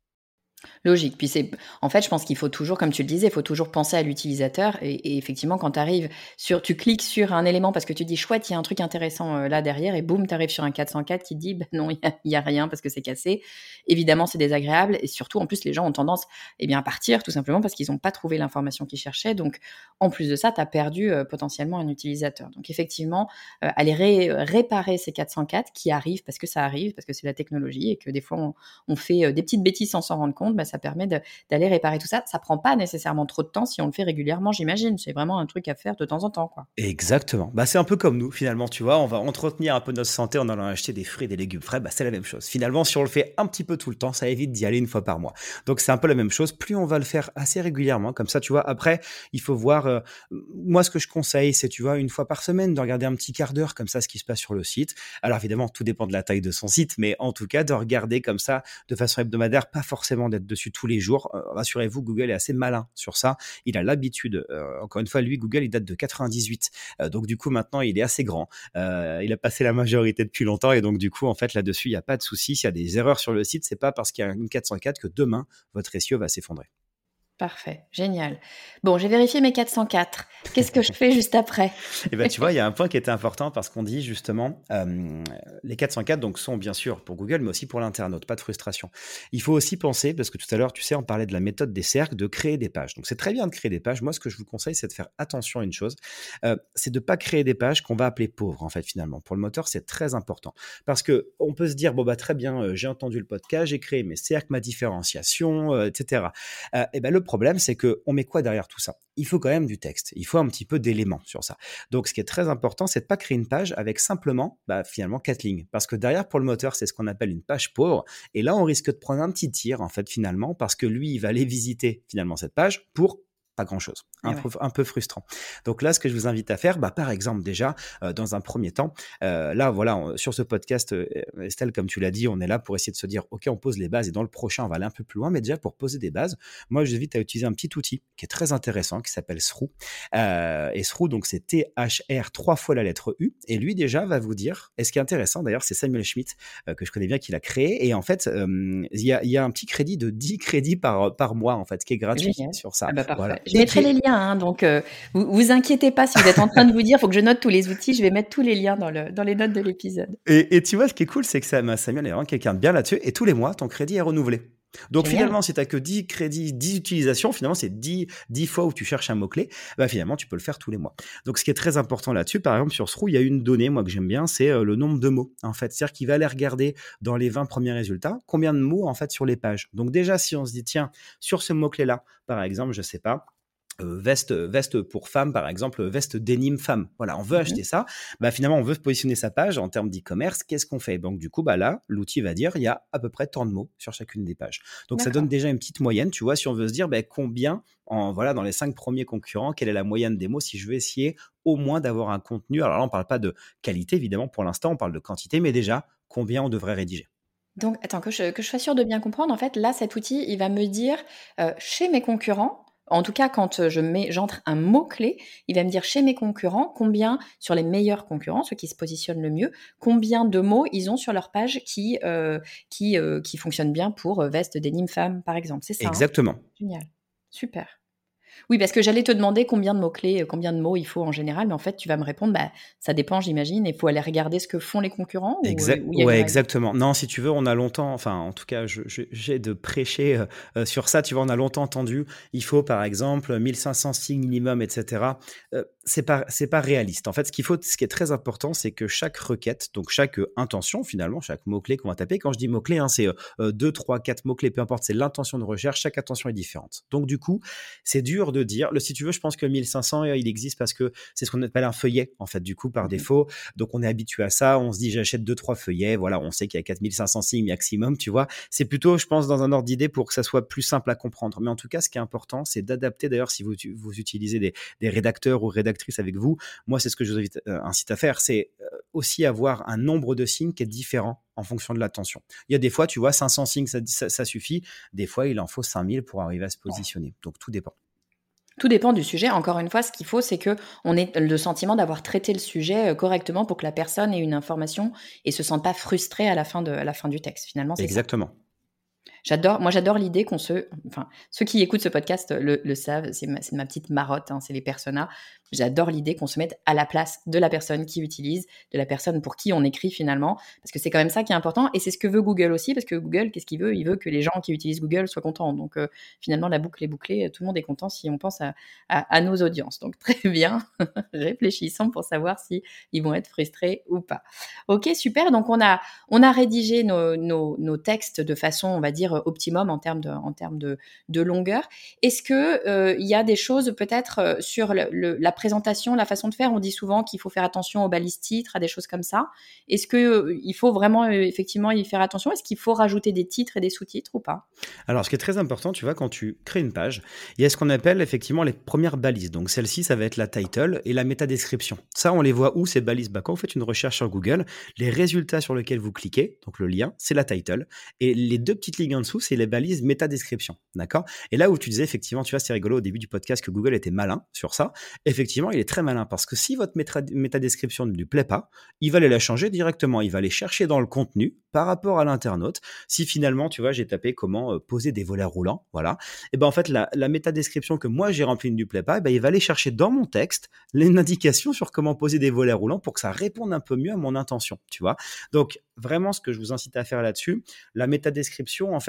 Logique. Puis c'est en fait, je pense qu'il faut toujours, comme tu le disais, il faut toujours penser à l'utilisateur et et effectivement, quand tu arrives sur tu cliques sur un élément parce que tu dis: «Chouette, il y a un truc intéressant, heu, là derrière» et boum, tu arrives sur un quatre cent quatre qui te dit: «Bah non, il y a il y a rien parce que c'est cassé». Évidemment, c'est désagréable et surtout, en plus, les gens ont tendance, eh bien, à partir tout simplement parce qu'ils ont pas trouvé l'information qu'ils cherchaient. Donc, en plus de ça, tu as perdu, heu, potentiellement un utilisateur. Donc effectivement, heu, aller ré réparer ces quatre cent quatre qui arrivent parce que ça arrive, parce que c'est la technologie et que des fois on on fait, heu, des petites bêtises sans s'en rendre compte, bah, ça permet de d'aller réparer tout ça. Ça prend pas nécessairement trop de temps si on le fait régulièrement, j'imagine. C'est vraiment un truc à faire de temps en temps, quoi. Exactement. Bah, c'est un peu comme nous, finalement, tu vois. On va entretenir un peu notre santé en allant acheter des fruits et des légumes frais. Bah, c'est la même chose. Finalement, si on le fait un petit peu tout le temps, ça évite d'y aller une fois par mois. Donc, c'est un peu la même chose. Plus on va le faire assez régulièrement, comme ça, tu vois. Après, il faut voir. euh, moi, ce que je conseille, c'est, tu vois, une fois par semaine, de regarder un petit quart d'heure, comme ça, ce qui se passe sur le site. Alors, évidemment, tout dépend de la taille de son site, mais en tout cas, de regarder comme ça, de façon hebdomadaire, pas forcément d'être dessus tous les jours. Euh, rassurez-vous, Google est assez malin sur ça. Il a l'habitude. Euh, encore une fois, lui, Google, il date de quatre-vingt-dix-huit. Euh, donc du coup, maintenant, il est assez grand. Euh, il a passé la majorité depuis longtemps et donc du coup, en fait, là-dessus, il n'y a pas de souci. S'il y a des erreurs sur le site, c'est pas parce qu'il y a une quatre cent quatre que demain, votre S E O va s'effondrer. Parfait, génial. Bon, j'ai vérifié mes quatre cent quatre. Qu'est-ce que je fais juste après? Et ben tu vois, il y a un point qui était important parce qu'on dit justement, euh, les quatre cent quatre donc, sont bien sûr pour Google, mais aussi pour l'internaute, pas de frustration. Il faut aussi penser, parce que tout à l'heure, tu sais, on parlait de la méthode des cercles, de créer des pages. Donc c'est très bien de créer des pages. Moi, ce que je vous conseille, c'est de faire attention à une chose, euh, c'est de ne pas créer des pages qu'on va appeler pauvres, en fait, finalement. Pour le moteur, c'est très important. Parce que on peut se dire, bon, bah très bien, euh, j'ai entendu le podcast, j'ai créé mes cercles, ma différenciation, euh, et cetera. Euh, et ben le problème, c'est qu'on met quoi derrière tout ça? Il faut quand même du texte. Il faut un petit peu d'éléments sur ça. Donc, ce qui est très important, c'est de pas créer une page avec simplement, bah, finalement, quatre lignes. Parce que derrière, pour le moteur, c'est ce qu'on appelle une page pauvre. Et là, on risque de prendre un petit tir, en fait, finalement, parce que lui, il va aller visiter, finalement, cette page pour pas grand-chose, un, ouais. peu, un peu frustrant. Donc là, ce que je vous invite à faire, bah, par exemple déjà, euh, dans un premier temps, euh, là, voilà, on, sur ce podcast, euh, Estelle, comme tu l'as dit, on est là pour essayer de se dire, ok, on pose les bases et dans le prochain, on va aller un peu plus loin, mais déjà pour poser des bases, moi, je vous invite à utiliser un petit outil qui est très intéressant, qui s'appelle Sroo. Euh, et Sroo, donc c'est T H R trois fois la lettre U, et lui déjà va vous dire, et ce qui est intéressant d'ailleurs, c'est Samuel Schmidt, euh, que je connais bien, qui l'a créé, et en fait, il euh, y, a, y a un petit crédit de dix crédits par, par mois, en fait, qui est gratuit. Génial. Sur ça. Ah bah parfait. Voilà. Je mettrai les liens, hein, donc euh, vous vous inquiétez pas si vous êtes en train de vous dire, faut que je note tous les outils, je vais mettre tous les liens dans, le, dans les notes de l'épisode. Et, et tu vois, ce qui est cool, c'est que ça, Samuel est vraiment quelqu'un de bien là-dessus, et tous les mois, ton crédit est renouvelé. Donc Génial. finalement, si tu n'as que dix crédits, dix utilisations, finalement, c'est dix, dix fois où tu cherches un mot-clé, bah finalement, tu peux le faire tous les mois. Donc ce qui est très important là-dessus, par exemple, sur Sroo, il y a une donnée, moi, que j'aime bien, c'est euh, le nombre de mots, en fait. C'est-à-dire qu'il va aller regarder dans les vingt premiers résultats, combien de mots, en fait, sur les pages. Donc déjà, si on se dit, tiens, sur ce mot-clé-là, par exemple, je sais pas, Euh, veste, veste pour femme, par exemple, veste denim femme. Voilà, on veut Mhm. acheter ça. Bah, finalement, on veut positionner sa page en termes d'e-commerce. Qu'est-ce qu'on fait? Donc, du coup, bah, là, l'outil va dire, il y a à peu près tant de mots sur chacune des pages. Donc, ça D'accord. donne déjà une petite moyenne. Tu vois, si on veut se dire, bah, combien, en, voilà, dans les cinq premiers concurrents, quelle est la moyenne des mots si je veux essayer au moins d'avoir un contenu. Alors là, on parle pas de qualité, évidemment, pour l'instant, on parle de quantité, mais déjà, combien on devrait rédiger. Donc, attends, que je, que je sois sûre de bien comprendre, en fait, là, cet outil, il va me dire, euh, chez mes concurrents, en tout cas, quand je mets, j'entre un mot-clé, il va me dire chez mes concurrents combien, sur les meilleurs concurrents, ceux qui se positionnent le mieux, combien de mots ils ont sur leur page qui, euh, qui, euh, qui fonctionnent bien pour euh, veste denim femme, par exemple. C'est ça, hein? Exactement. Génial. Super. Oui, parce que j'allais te demander combien de mots-clés, euh, combien de mots il faut en général, mais en fait, tu vas me répondre, bah, ça dépend, j'imagine, il faut aller regarder ce que font les concurrents ou euh, Exact, ou il y a une ouais, règle? exactement. Non, si tu veux, on a longtemps, enfin, en tout cas, je, je- j'ai de prêcher euh, euh, sur ça. Tu vois, on a longtemps entendu, il faut par exemple mille cinq cents signes minimum, et cetera. Euh, c'est pas, c'est pas réaliste. En fait, ce qu'il faut, ce qui est très important, c'est que chaque requête, donc chaque euh, intention, finalement, chaque mot-clé qu'on va taper, quand je dis mot-clé, hein, c'est euh, deux, trois, quatre mots-clés, peu importe, c'est l'intention de recherche, chaque intention est différente. Donc, du coup, c'est dur de dire, le, si tu veux, je pense que mille cinq cents, euh, il existe parce que c'est ce qu'on appelle un feuillet, en fait, du coup, par Mhm. défaut. Donc, on est habitué à ça. On se dit, j'achète deux, trois feuillets. Voilà, on sait qu'il y a quatre mille cinq cents signes maximum, tu vois. C'est plutôt, je pense, dans un ordre d'idée pour que ça soit plus simple à comprendre. Mais en tout cas, ce qui est important, c'est d'adapter. D'ailleurs, si vous, vous utilisez des, des rédacteurs ou rédactrices avec vous, moi, c'est ce que je vous invite, euh, incite à faire. C'est euh, aussi avoir un nombre de signes qui est différent en fonction de l'attention. Il y a des fois, tu vois, cinq cents signes, ça, ça, ça suffit. Des fois, il en faut cinq mille pour arriver à se positionner. Donc, tout dépend. Tout dépend du sujet. Encore une fois, ce qu'il faut, c'est que on ait le sentiment d'avoir traité le sujet euh, correctement pour que la personne ait une information et se sente pas frustrée à la fin de, à la fin du texte. Finalement, c'est ça. Exactement. J'adore, moi j'adore l'idée qu'on se, enfin ceux qui écoutent ce podcast le, le savent, c'est ma, c'est ma petite marotte, hein, c'est les personas. J'adore l'idée qu'on se mette à la place de la personne qui utilise, de la personne pour qui on écrit finalement, parce que c'est quand même ça qui est important et c'est ce que veut Google aussi, parce que Google, qu'est-ce qu'il veut? Il veut que les gens qui utilisent Google soient contents. Donc euh, finalement la boucle est bouclée, tout le monde est content si on pense à, à, à nos audiences. Donc très bien, réfléchissons pour savoir si ils vont être frustrés ou pas. Ok, super. Donc on a on a rédigé nos, nos, nos textes de façon, on va dire optimum en termes de, en termes de, de longueur. Est-ce que euh, il y a des choses peut-être euh, sur le, le, la présentation, la façon de faire? On dit souvent qu'il faut faire attention aux balises titres, à des choses comme ça. Est-ce que euh, il faut vraiment euh, effectivement y faire attention? Est-ce qu'il faut rajouter des titres et des sous-titres ou pas? Alors, ce qui est très important, tu vois, quand tu crées une page, il y a ce qu'on appelle effectivement les premières balises. Donc, celle-ci, ça va être la title et la métadescription. Ça, on les voit où, ces balises? Bah, quand vous faites une recherche sur Google, les résultats sur lesquels vous cliquez, donc le lien, c'est la title. Et les deux petites lignes en dessous, c'est les balises métadescription. D'accord? Et là où tu disais, effectivement, tu vois, c'est rigolo au début du podcast que Google était malin sur ça. Effectivement, il est très malin parce que si votre métadescription ne lui plaît pas, il va aller la changer directement. Il va aller chercher dans le contenu par rapport à l'internaute. Si finalement, tu vois, j'ai tapé comment euh, poser des volets roulants, voilà, et ben en fait, la, la métadescription que moi j'ai remplie ne lui plaît pas, et ben il va aller chercher dans mon texte les indications sur comment poser des volets roulants pour que ça réponde un peu mieux à mon intention, tu vois. Donc, vraiment, ce que je vous incite à faire là-dessus, la métadescription, en fait,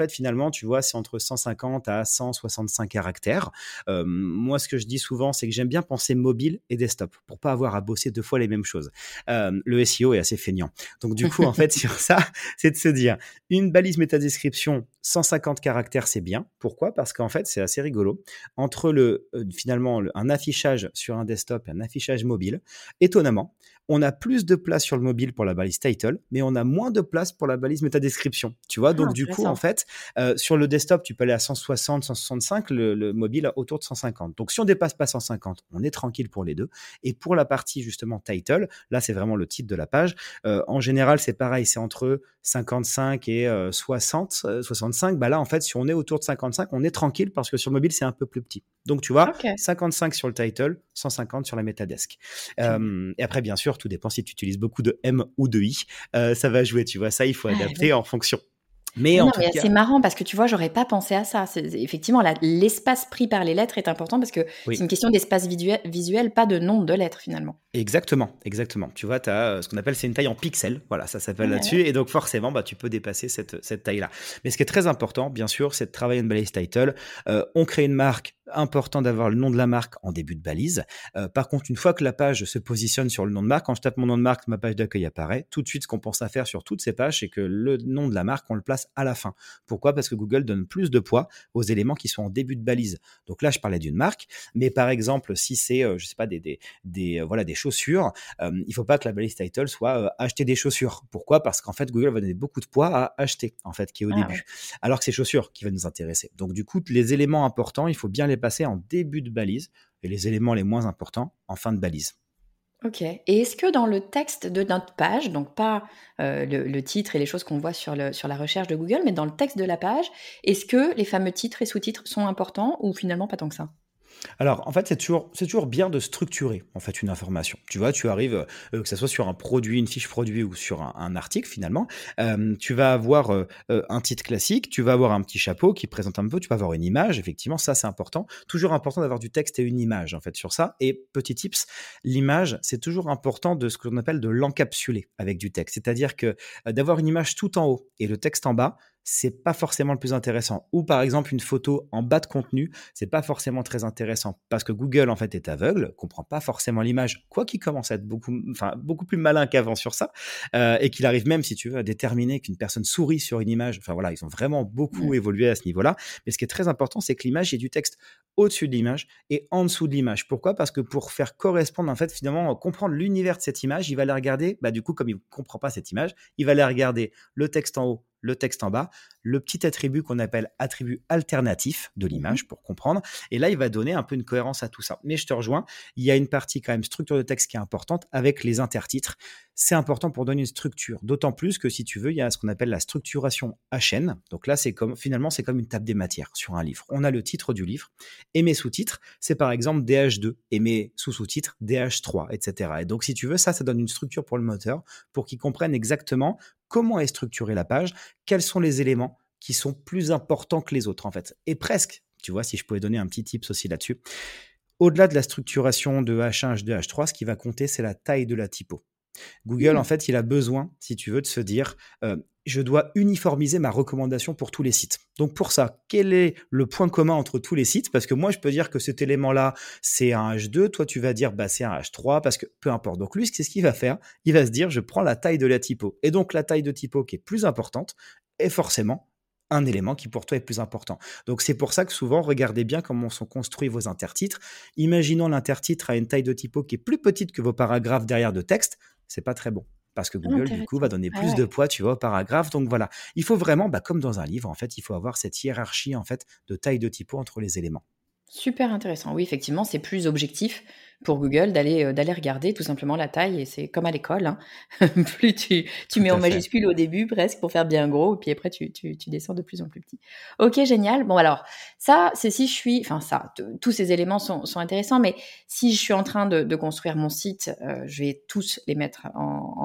fait, finalement, tu vois, c'est entre cent cinquante à cent soixante-cinq caractères. Euh, moi, ce que je dis souvent, c'est que j'aime bien penser mobile et desktop pour pas avoir à bosser deux fois les mêmes choses. Euh, le S E O est assez feignant. Donc, du coup, en fait, sur ça, c'est de se dire une balise métadescription, cent cinquante caractères, c'est bien. Pourquoi ? Parce qu'en fait, c'est assez rigolo. Entre le, euh, finalement, le, un affichage sur un desktop et un affichage mobile, étonnamment, on a plus de place sur le mobile pour la balise title, mais on a moins de place pour la balise métadescription. Tu vois, Ah, donc du coup, en intéressant. fait, euh, sur le desktop, tu peux aller à cent soixante, cent soixante-cinq, le, le mobile autour de cent cinquante. Donc, si on dépasse pas cent cinquante, on est tranquille pour les deux. Et pour la partie justement title, là, c'est vraiment le titre de la page. Euh, en général, c'est pareil, c'est entre cinquante-cinq et euh, soixante, euh, soixante-cinq. Bah là, en fait, si on est autour de cinquante-cinq, on est tranquille parce que sur le mobile, c'est un peu plus petit. Donc, tu vois, Ok, cinquante-cinq sur le title, cent cinquante sur la métadesk. génial. Euh, et après, bien sûr, tout dépend si tu utilises beaucoup de M ou de I. Euh, ça va jouer, tu vois. Ça, il faut Ah, adapter oui. en fonction. Mais Mais en non, tout mais c'est cas, marrant parce que tu vois, j'aurais pas pensé à ça. C'est, c'est- effectivement, la- l'espace pris par les lettres est important parce que c'est une oui. question d'espace visuel, visuel, pas de nombre de lettres finalement. Exactement, exactement. Tu vois, tu as ce qu'on appelle, c'est une taille en pixels. Voilà, ça s'appelle Ouais, là-dessus. ouais. Et donc, forcément, bah, tu peux dépasser cette, cette taille-là. Mais ce qui est très important, bien sûr, c'est de travailler une balise title. Euh, on crée une marque. Important d'avoir le nom de la marque en début de balise. Euh, par contre, une fois que la page se positionne sur le nom de marque, quand je tape mon nom de marque, ma page d'accueil apparaît. Tout de suite, ce qu'on pense à faire sur toutes ces pages, c'est que le nom de la marque, on le place à la fin. Pourquoi ? Parce que Google donne plus de poids aux éléments qui sont en début de balise. Donc là, je parlais d'une marque. Mais par exemple, si c'est, euh, je sais pas, des, des, des, euh, voilà, des chaussures, euh, il ne faut pas que la balise title soit euh, acheter des chaussures. Pourquoi ? Parce qu'en fait, Google va donner beaucoup de poids à acheter, en fait, qui est au Ah ouais. début. Alors que c'est chaussures qui va nous intéresser. Donc, du coup, les éléments importants, il faut bien les passer en début de balise et les éléments les moins importants en fin de balise. Ok. Et est-ce que dans le texte de notre page, donc pas euh, le, le titre et les choses qu'on voit sur, le, sur la recherche de Google, mais dans le texte de la page, est-ce que les fameux titres et sous-titres sont importants ou finalement pas tant que ça? Alors, en fait, c'est toujours, c'est toujours bien de structurer en fait une information. Tu vois, tu arrives, euh, que ce soit sur un produit, une fiche produit ou sur un, un article finalement, euh, tu vas avoir euh, euh, un titre classique, tu vas avoir un petit chapeau qui présente un peu, tu vas avoir une image. Effectivement, ça c'est important. Toujours important d'avoir du texte et une image en fait sur ça. Et petit tips, l'image, c'est toujours important de ce qu'on appelle de l'encapsuler avec du texte. C'est-à-dire que euh, d'avoir une image tout en haut et le texte en bas, c'est pas forcément le plus intéressant. Ou par exemple une photo en bas de contenu, c'est pas forcément très intéressant parce que Google en fait est aveugle, comprend pas forcément l'image, quoi qu'il commence à être beaucoup, enfin beaucoup plus malin qu'avant sur ça, euh, et qu'il arrive même, si tu veux, à déterminer qu'une personne sourit sur une image. Enfin voilà, ils ont vraiment beaucoup Mm. évolué à ce niveau-là. Mais ce qui est très important, c'est que l'image ait du texte au-dessus de l'image et en dessous de l'image. Pourquoi ? Parce que pour faire correspondre, en fait, finalement, comprendre l'univers de cette image, il va la regarder. Bah du coup, comme il comprend pas cette image, il va la regarder le texte en haut, le texte en bas, le petit attribut qu'on appelle attribut alternatif de Mhm. l'image pour comprendre. Et là, il va donner un peu une cohérence à tout ça. Mais je te rejoins, il y a une partie quand même structure de texte qui est importante avec les intertitres. C'est important pour donner une structure. D'autant plus que si tu veux, il y a ce qu'on appelle la structuration H N. Donc là, c'est comme, finalement, c'est comme une table des matières sur un livre. On a le titre du livre et mes sous-titres, c'est par exemple D H deux et mes sous-sous-titres D H trois, et cetera. Et donc, si tu veux, ça, ça donne une structure pour le moteur pour qu'il comprenne exactement comment est structurée la page, quels sont les éléments qui sont plus importants que les autres, en fait. Et presque, tu vois, si je pouvais donner un petit tips aussi là-dessus, au-delà de la structuration de H un, H deux, H trois, ce qui va compter, c'est la taille de la typo. Google, en Mm. fait, il a besoin, si tu veux, de se dire, euh, je dois uniformiser ma recommandation pour tous les sites. Donc pour ça, quel est le point commun entre tous les sites ? Parce que moi, je peux dire que cet élément-là, c'est un H deux, toi, tu vas dire, bah, c'est un H trois, parce que peu importe. Donc lui, c'est ce qu'il va faire. Il va se dire, je prends la taille de la typo. Et donc la taille de typo qui est plus importante est forcément un élément qui pour toi est plus important. Donc c'est pour ça que souvent, regardez bien comment sont construits vos intertitres. Imaginons l'intertitre à une taille de typo qui est plus petite que vos paragraphes derrière de texte, c'est pas très bon. Parce que Ah, Google, du coup, va intéressant. donner Ouais, plus ouais. de poids, tu vois, au paragraphe. Donc voilà, il faut vraiment, bah, comme dans un livre, en fait, il faut avoir cette hiérarchie, en fait, de taille de typo entre les éléments. Super intéressant. Oui, effectivement, c'est plus objectif pour Google d'aller euh, d'aller regarder tout simplement la taille et c'est comme à l'école, hein. Plus tu, tu Tout mets en à fait. majuscule au début presque pour faire bien gros et puis après tu, tu, tu descends de plus en plus petit. Ok, génial. Bon alors ça, c'est si je suis, enfin ça, t- tous ces éléments sont, sont intéressants, mais si je suis en train de, de construire mon site, euh, je vais tous les mettre en, en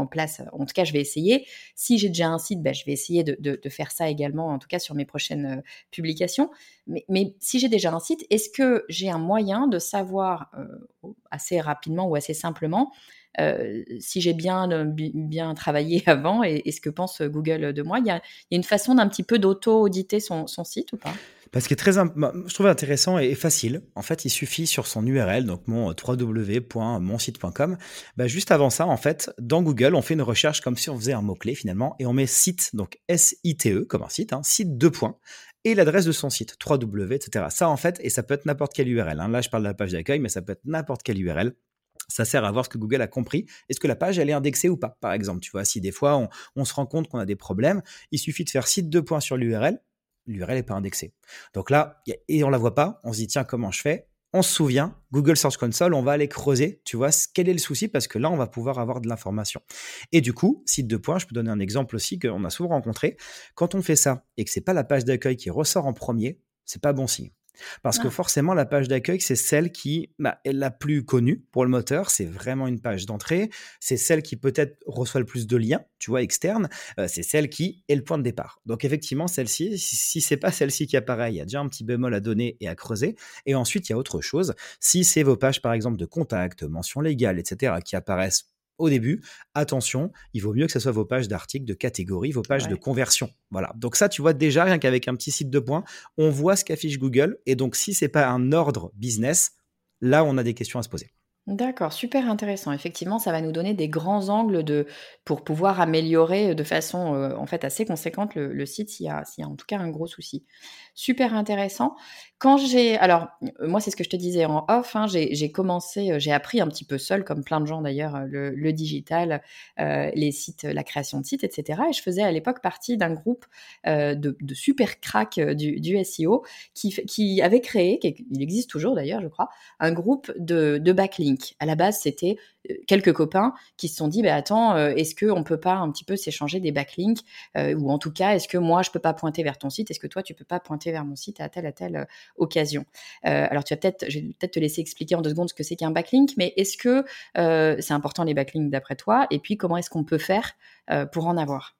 en place. En tout cas, je vais essayer. Si j'ai déjà un site, bah, je vais essayer de, de, de faire ça également, en tout cas sur mes prochaines euh, publications. Mais, mais si j'ai déjà un site, est-ce que j'ai un moyen de savoir euh, assez rapidement ou assez simplement euh, si j'ai bien, euh, bien travaillé avant et, et ce que pense Google de moi? Il y a, il y a une façon d'un petit peu d'auto-auditer son, son site ou pas? Parce que très, imp- bah, je trouve intéressant et facile. En fait, il suffit sur son U R L, donc mon euh, w w w point mon site point com, bah, juste avant ça, en fait, dans Google, on fait une recherche comme si on faisait un mot-clé finalement, et on met site, donc S I T E, comme un site, hein, site deux points, et l'adresse de son site, www, et cetera. Ça, en fait, et ça peut être n'importe quelle U R L. Hein. Là, je parle de la page d'accueil, mais ça peut être n'importe quelle U R L. Ça sert à voir ce que Google a compris. Est-ce que la page, elle est indexée ou pas, par exemple. Tu vois, si des fois, on, on se rend compte qu'on a des problèmes, il suffit de faire site deux points sur l'U R L. L'U R L n'est pas indexée. Donc là, y a- et on la voit pas, on se dit, tiens, comment je fais? On se souvient, Google Search Console, on va aller creuser, tu vois, ce- quel est le souci, parce que là, on va pouvoir avoir de l'information. Et du coup, site deux points, je peux donner un exemple aussi qu'on a souvent rencontré. Quand on fait ça et que c'est pas la page d'accueil qui ressort en premier, c'est pas bon signe. Parce que Ah, forcément, la page d'accueil, c'est celle qui bah, est la plus connue pour le moteur. C'est vraiment une page d'entrée. C'est celle qui peut-être reçoit le plus de liens, tu vois, externes. Euh, c'est celle qui est le point de départ. Donc effectivement, celle-ci, si, si c'est pas celle-ci qui apparaît, il y a déjà un petit bémol à donner et à creuser. Et ensuite, il y a autre chose. Si c'est vos pages, par exemple, de contact, mention légale, et cetera, qui apparaissent au début, attention, il vaut mieux que ce soit vos pages d'articles, de catégories, vos pages de ouais. conversion. Voilà. Donc ça, tu vois déjà, rien qu'avec un petit site de points, on voit ce qu'affiche Google. Et donc, si c'est pas un ordre business, là, on a des questions à se poser. D'accord, super intéressant. Effectivement, ça va nous donner des grands angles de pour pouvoir améliorer de façon, heu, en fait, assez conséquente le le site s'il y a s'il y a en tout cas un gros souci. Super intéressant. Quand j'ai alors, heu, moi, c'est ce que je te disais en off, hein, j'ai j'ai commencé, heu, j'ai appris un petit peu seule, comme plein de gens d'ailleurs, heu, le le digital, heu, les sites, la création de sites et cetera et je faisais à l'époque partie d'un groupe, heu, de de super cracks, heu, du du S E O qui f qui avait créé, qui il existe toujours d'ailleurs, je crois, un groupe de, de backlinks. À la base, c'était euh, quelques copains qui se sont dit, bah, attends, euh, est-ce qu'on peut pas un petit peu s'échanger des backlinks euh, ou en tout cas, est-ce que moi, je peux pas pointer vers ton site? Est-ce que toi, tu peux pas pointer vers mon site à telle à telle euh, occasion? Euh, alors, tu vas peut-être, je vais peut-être te laisser expliquer en deux secondes ce que c'est qu'un backlink, mais est-ce que euh, c'est important les backlinks d'après toi? Et puis, comment est-ce qu'on peut faire euh, pour en avoir?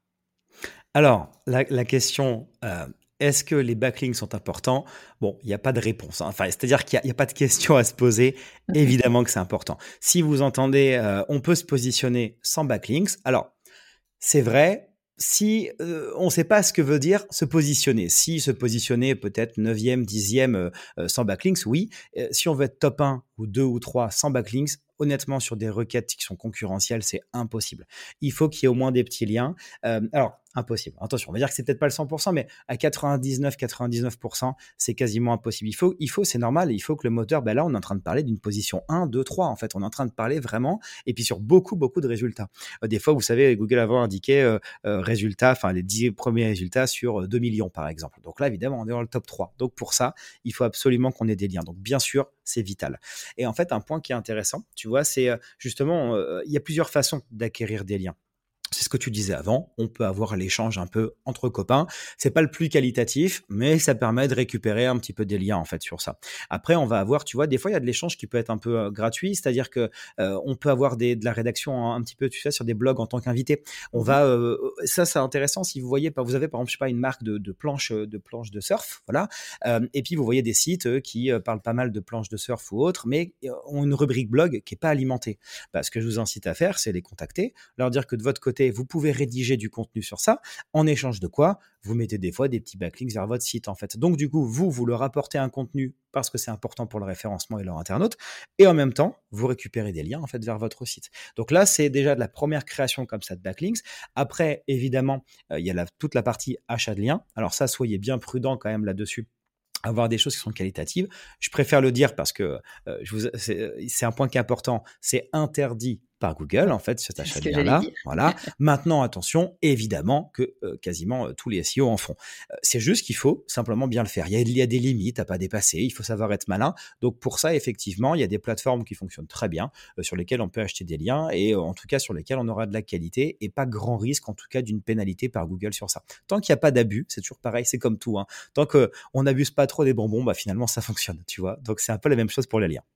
Alors, la, la question, euh, est-ce que les backlinks sont importants? Bon, il n'y a pas de réponse. Hein. Enfin, c'est-à-dire qu'il n'y a, il y a pas de question à se poser. Évidemment que c'est important. Si vous entendez, euh, on peut se positionner sans backlinks. Alors, c'est vrai, si euh, on ne sait pas ce que veut dire se positionner. Si se positionner peut-être neuvième, dixième euh, euh, sans backlinks, oui. Euh, si on veut être top un ou deux ou trois sans backlinks, honnêtement, sur des requêtes qui sont concurrentielles, c'est impossible. Il faut qu'il y ait au moins des petits liens. Euh, alors, impossible. Attention, on va dire que c'est peut-être pas le cent pour cent, mais à quatre-vingt-dix-neuf, quatre-vingt-dix-neuf pour cent, c'est quasiment impossible. Il faut, il faut, c'est normal, il faut que le moteur, ben là, on est en train de parler d'une position un, deux, trois, en fait. On est en train de parler vraiment, et puis sur beaucoup, beaucoup de résultats. Euh, des fois, vous savez, Google avant indiquait euh, euh, résultats, enfin, les dix premiers résultats sur euh, deux millions, par exemple. Donc là, évidemment, on est dans le top trois. Donc pour ça, il faut absolument qu'on ait des liens. Donc bien sûr, c'est vital. Et en fait, un point qui est intéressant, tu vois, c'est euh, justement, euh, il y a plusieurs façons d'acquérir des liens. C'est ce que tu disais avant, on peut avoir l'échange un peu entre copains. C'est pas le plus qualitatif, mais ça permet de récupérer un petit peu des liens en fait sur ça. Après, on va avoir, tu vois, des fois il y a de l'échange qui peut être un peu euh, gratuit, c'est-à-dire que euh, on peut avoir des, de la rédaction un, un petit peu, tu sais, sur des blogs en tant qu'invité. On Mhm. va, euh, ça c'est intéressant si vous voyez, vous avez par exemple, je sais pas, une marque de, de planches, de planches de surf, voilà, euh, et puis vous voyez des sites euh, qui euh, parlent pas mal de planches de surf ou autres, mais euh, ont une rubrique blog qui est pas alimentée. Bah, ce que je vous incite à faire, c'est les contacter, leur dire que de votre côté vous pouvez rédiger du contenu sur ça, en échange de quoi vous mettez des fois des petits backlinks vers votre site en fait. Donc du coup, vous, vous leur apportez un contenu parce que c'est important pour le référencement et leur internaute, et en même temps, vous récupérez des liens en fait vers votre site. Donc là, c'est déjà de la première création comme ça de backlinks. Après, évidemment, euh, il y a la, toute la partie achat de liens. Alors ça, soyez bien prudent quand même là-dessus, avoir des choses qui sont qualitatives. Je préfère le dire parce que euh, je vous, c'est, c'est un point qui est important. C'est interdit par Google, Ouais, en fait, cet c'est achat ce de que j'allais lien-là. dire. Voilà. Maintenant, attention, évidemment que euh, quasiment euh, tous les S E O en font. Euh, c'est juste qu'il faut simplement bien le faire. Il y a, il y a des limites à pas dépasser. Il faut savoir être malin. Donc, pour ça, effectivement, il y a des plateformes qui fonctionnent très bien, euh, sur lesquelles on peut acheter des liens et euh, en tout cas sur lesquelles on aura de la qualité et pas grand risque, en tout cas, d'une pénalité par Google sur ça. Tant qu'il n'y a pas d'abus, c'est toujours pareil, c'est comme tout. Hein. Tant qu'on n'abuse pas trop des bonbons, bah, finalement, ça fonctionne, tu vois. Donc, c'est un peu la même chose pour les liens.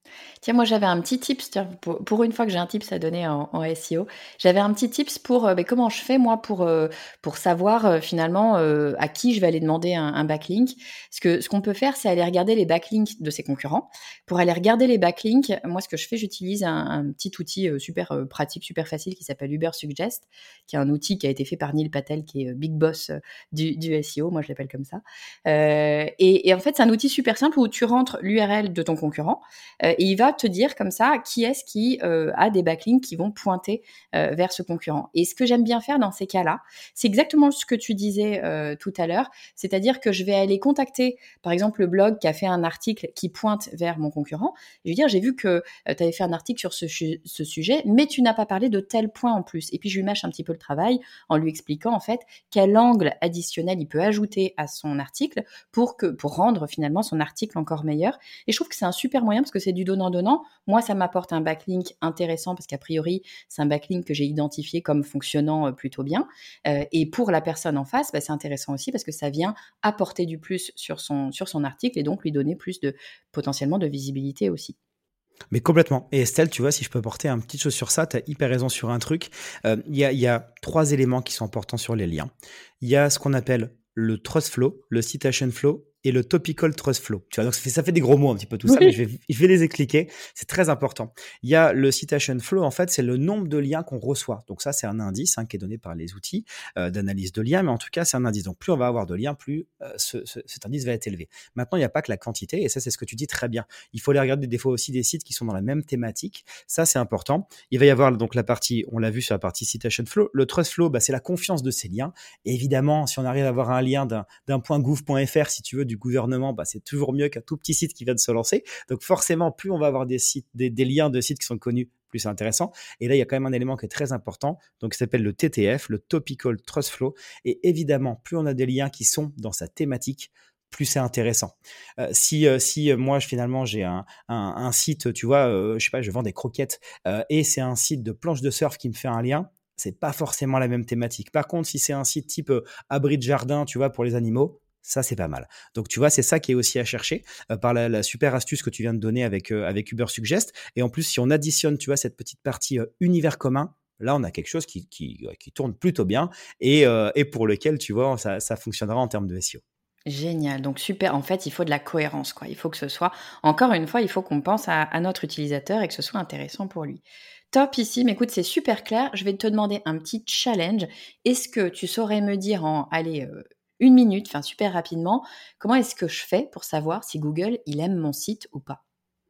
Tiens, moi, j'avais un petit tips, tiens, pour, pour une fois que j'ai un tips à donner en, en S E O, j'avais un petit tips pour euh, ben, comment je fais, moi, pour, euh, pour savoir euh, finalement euh, à qui je vais aller demander un, un backlink. Parce que ce qu'on peut faire, c'est aller regarder les backlinks de ses concurrents. Pour aller regarder les backlinks, moi, ce que je fais, j'utilise un, un petit outil euh, super euh, pratique, super facile qui s'appelle Ubersuggest, qui est un outil qui a été fait par Neil Patel, qui est euh, big boss euh, du, du S E O, moi, je l'appelle comme ça. Euh, et, et en fait, c'est un outil super simple où tu rentres l'U R L de ton concurrent euh, et il va te dire comme ça qui est-ce qui euh, a des backlinks qui vont pointer euh, vers ce concurrent. Et ce que j'aime bien faire dans ces cas-là, c'est exactement ce que tu disais euh, tout à l'heure, c'est-à-dire que je vais aller contacter, par exemple, le blog qui a fait un article qui pointe vers mon concurrent. Je vais dire, j'ai vu que euh, tu avais fait un article sur ce, ce sujet, mais tu n'as pas parlé de tel point en plus. Et puis, je lui mâche un petit peu le travail en lui expliquant, en fait, quel angle additionnel il peut ajouter à son article pour, que, pour rendre finalement son article encore meilleur. Et je trouve que c'est un super moyen parce que c'est du donnant-donnant. Moi, ça m'apporte un backlink intéressant parce qu'a priori, c'est un backlink que j'ai identifié comme fonctionnant euh, plutôt bien. Euh, et pour la personne en face, bah, c'est intéressant aussi parce que ça vient apporter du plus sur son, sur son article et donc lui donner plus de potentiellement de visibilité aussi. Mais complètement. Et Estelle, tu vois, si je peux apporter un petit chose sur ça, tu as hyper raison sur un truc. Euh, Il y, a, y a trois éléments qui sont importants sur les liens. Il y a ce qu'on appelle le trust flow, le citation flow et le topical trust flow. Tu vois, donc ça fait, ça fait des gros mots un petit peu tout ça, mais je vais, je vais les expliquer. C'est très important. Il y a le citation flow, en fait, c'est le nombre de liens qu'on reçoit. Donc ça, c'est un indice hein, qui est donné par les outils euh, d'analyse de liens, mais en tout cas, c'est un indice. Donc plus on va avoir de liens, plus euh, ce, ce, cet indice va être élevé. Maintenant, il n'y a pas que la quantité, et ça, c'est ce que tu dis très bien. Il faut aller regarder des fois aussi des sites qui sont dans la même thématique. Ça, c'est important. Il va y avoir donc la partie, on l'a vu sur la partie citation flow. Le trust flow, bah, c'est la confiance de ces liens. Et évidemment, si on arrive à avoir un lien d'un, d'un point gouv point f r, si tu veux, du gouvernement, bah, c'est toujours mieux qu'un tout petit site qui vient de se lancer. Donc forcément, plus on va avoir des sites, des, des liens de sites qui sont connus, plus c'est intéressant. Et là, il y a quand même un élément qui est très important, donc qui s'appelle le T T F, le Topical Trust Flow. Et évidemment, plus on a des liens qui sont dans sa thématique, plus c'est intéressant. Euh, si euh, si euh, moi je, finalement j'ai un, un, un site, tu vois, euh, je sais pas, je vends des croquettes euh, et c'est un site de planche de surf qui me fait un lien, c'est pas forcément la même thématique. Par contre, si c'est un site type euh, abri de jardin, tu vois, pour les animaux, ça, c'est pas mal. Donc, tu vois, c'est ça qui est aussi à chercher euh, par la, la super astuce que tu viens de donner avec, euh, avec Ubersuggest. Et en plus, si on additionne, tu vois, cette petite partie euh, univers commun, là, on a quelque chose qui, qui, qui tourne plutôt bien et, euh, et pour lequel, tu vois, ça, ça fonctionnera en termes de S E O. Génial, donc super. En fait, il faut de la cohérence, quoi. Il faut que ce soit, encore une fois, il faut qu'on pense à, à notre utilisateur et que ce soit intéressant pour lui. Top ici, mais écoute, c'est super clair. Je vais te demander un petit challenge. Est-ce que tu saurais me dire en, allez, euh, une minute, enfin super rapidement, comment est-ce que je fais pour savoir si Google, il aime mon site ou pas?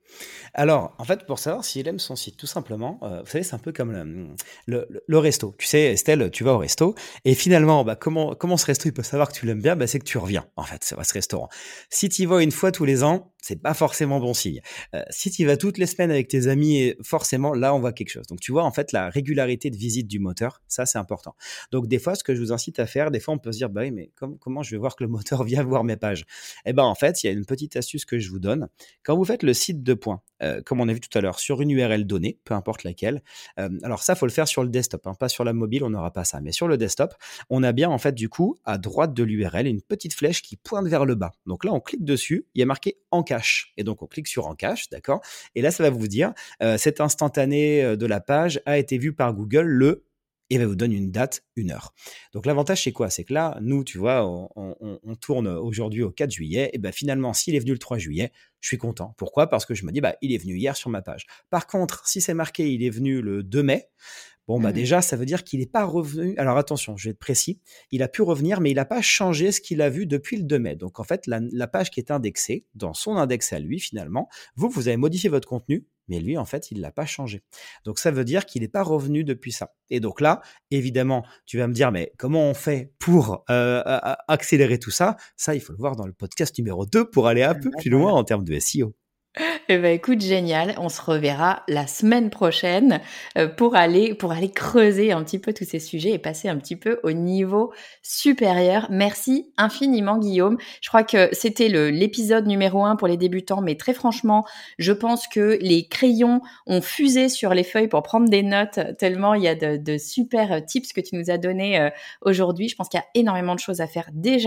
Alors, en fait, pour savoir s'il aime son site, tout simplement, euh, vous savez, c'est un peu comme le, le, le- le resto. Tu sais, Estelle, tu vas au resto, et finalement, bah, comment, comment ce resto, il peut savoir que tu l'aimes bien? Bah, c'est que tu reviens, en fait, c'est à ce restaurant. Si tu y vas une fois tous les ans, c'est pas forcément bon signe. Euh, si tu y vas toutes les semaines avec tes amis, et forcément, là, on voit quelque chose. Donc, tu vois, en fait, la régularité de visite du moteur, ça, c'est important. Donc, des fois, ce que je vous incite à faire, des fois, on peut se dire, bah oui, mais com- comment je vais voir que le moteur vient voir mes pages? Eh ben, en fait, il y a une petite astuce que je vous donne. Quand vous faites le site de points, euh, comme on a vu tout à l'heure, sur une U R L donnée, peu importe laquelle. Euh, alors ça, faut le faire sur le desktop, hein, pas sur la mobile, on n'aura pas ça. Mais sur le desktop, on a bien en fait du coup à droite de l'U R L une petite flèche qui pointe vers le bas. Donc là, on clique dessus, il y a marqué en cache, et donc on clique sur en cache, d'accord. Et là, ça va vous dire euh, cet instantané euh, de la page a été vu par Google le et va vous donner une date, une heure. Donc l'avantage, c'est quoi? C'est que là, nous, tu vois, on, on, on tourne aujourd'hui au quatre juillet, et ben finalement, s'il est venu le trois juillet, je suis content. Pourquoi? Parce que je me dis, bah, il est venu hier sur ma page. Par contre, si c'est marqué, il est venu le deux mai, bon, bah Mhm. déjà, ça veut dire qu'il n'est pas revenu. Alors attention, je vais être précis. Il a pu revenir, mais il n'a pas changé ce qu'il a vu depuis le deux mai. Donc en fait, la, la page qui est indexée, dans son index à lui, finalement, vous, vous avez modifié votre contenu, mais lui, en fait, il ne l'a pas changé. Donc ça veut dire qu'il n'est pas revenu depuis ça. Et donc là, évidemment, tu vas me dire, mais comment on fait pour euh, accélérer tout ça? Ça, il faut le voir dans le podcast numéro deux pour aller un Ah peu bah plus loin voilà. en termes de S E O. Eh ben, écoute, génial. On se reverra la semaine prochaine euh, pour aller, pour aller creuser un petit peu tous ces sujets et passer un petit peu au niveau supérieur. Merci infiniment, Guillaume. Je crois que c'était le, l'épisode numéro un pour les débutants, mais très franchement, je pense que les crayons ont fusé sur les feuilles pour prendre des notes, tellement il y a de, de super tips que tu nous as donnés euh, aujourd'hui. Je pense qu'il y a énormément de choses à faire déjà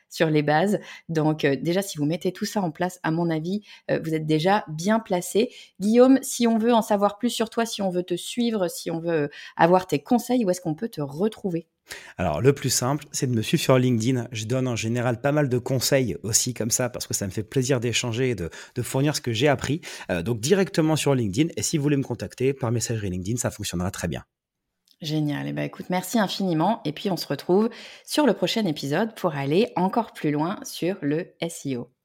sur les bases. Donc euh, déjà, si vous mettez tout ça en place, à mon avis, euh, vous êtes déjà bien placé. Guillaume, si on veut en savoir plus sur toi, si on veut te suivre, si on veut avoir tes conseils, où est-ce qu'on peut te retrouver ? Alors, le plus simple, c'est de me suivre sur LinkedIn. Je donne en général pas mal de conseils aussi comme ça parce que ça me fait plaisir d'échanger et de, de fournir ce que j'ai appris. Euh, donc, directement sur LinkedIn. Et si vous voulez me contacter par messagerie LinkedIn, ça fonctionnera très bien. Génial. Eh ben, écoute, merci infiniment. Et puis, on se retrouve sur le prochain épisode pour aller encore plus loin sur le S E O.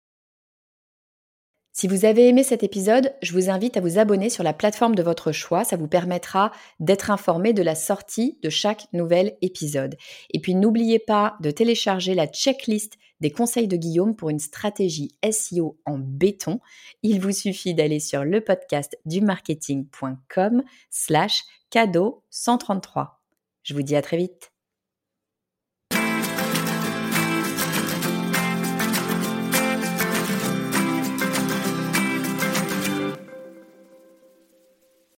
Si vous avez aimé cet épisode, je vous invite à vous abonner sur la plateforme de votre choix. Ça vous permettra d'être informé de la sortie de chaque nouvel épisode. Et puis, n'oubliez pas de télécharger la checklist des conseils de Guillaume pour une stratégie S E O en béton. Il vous suffit d'aller sur le podcast du marketing point com slash cadeau cent trente-trois. Je vous dis à très vite.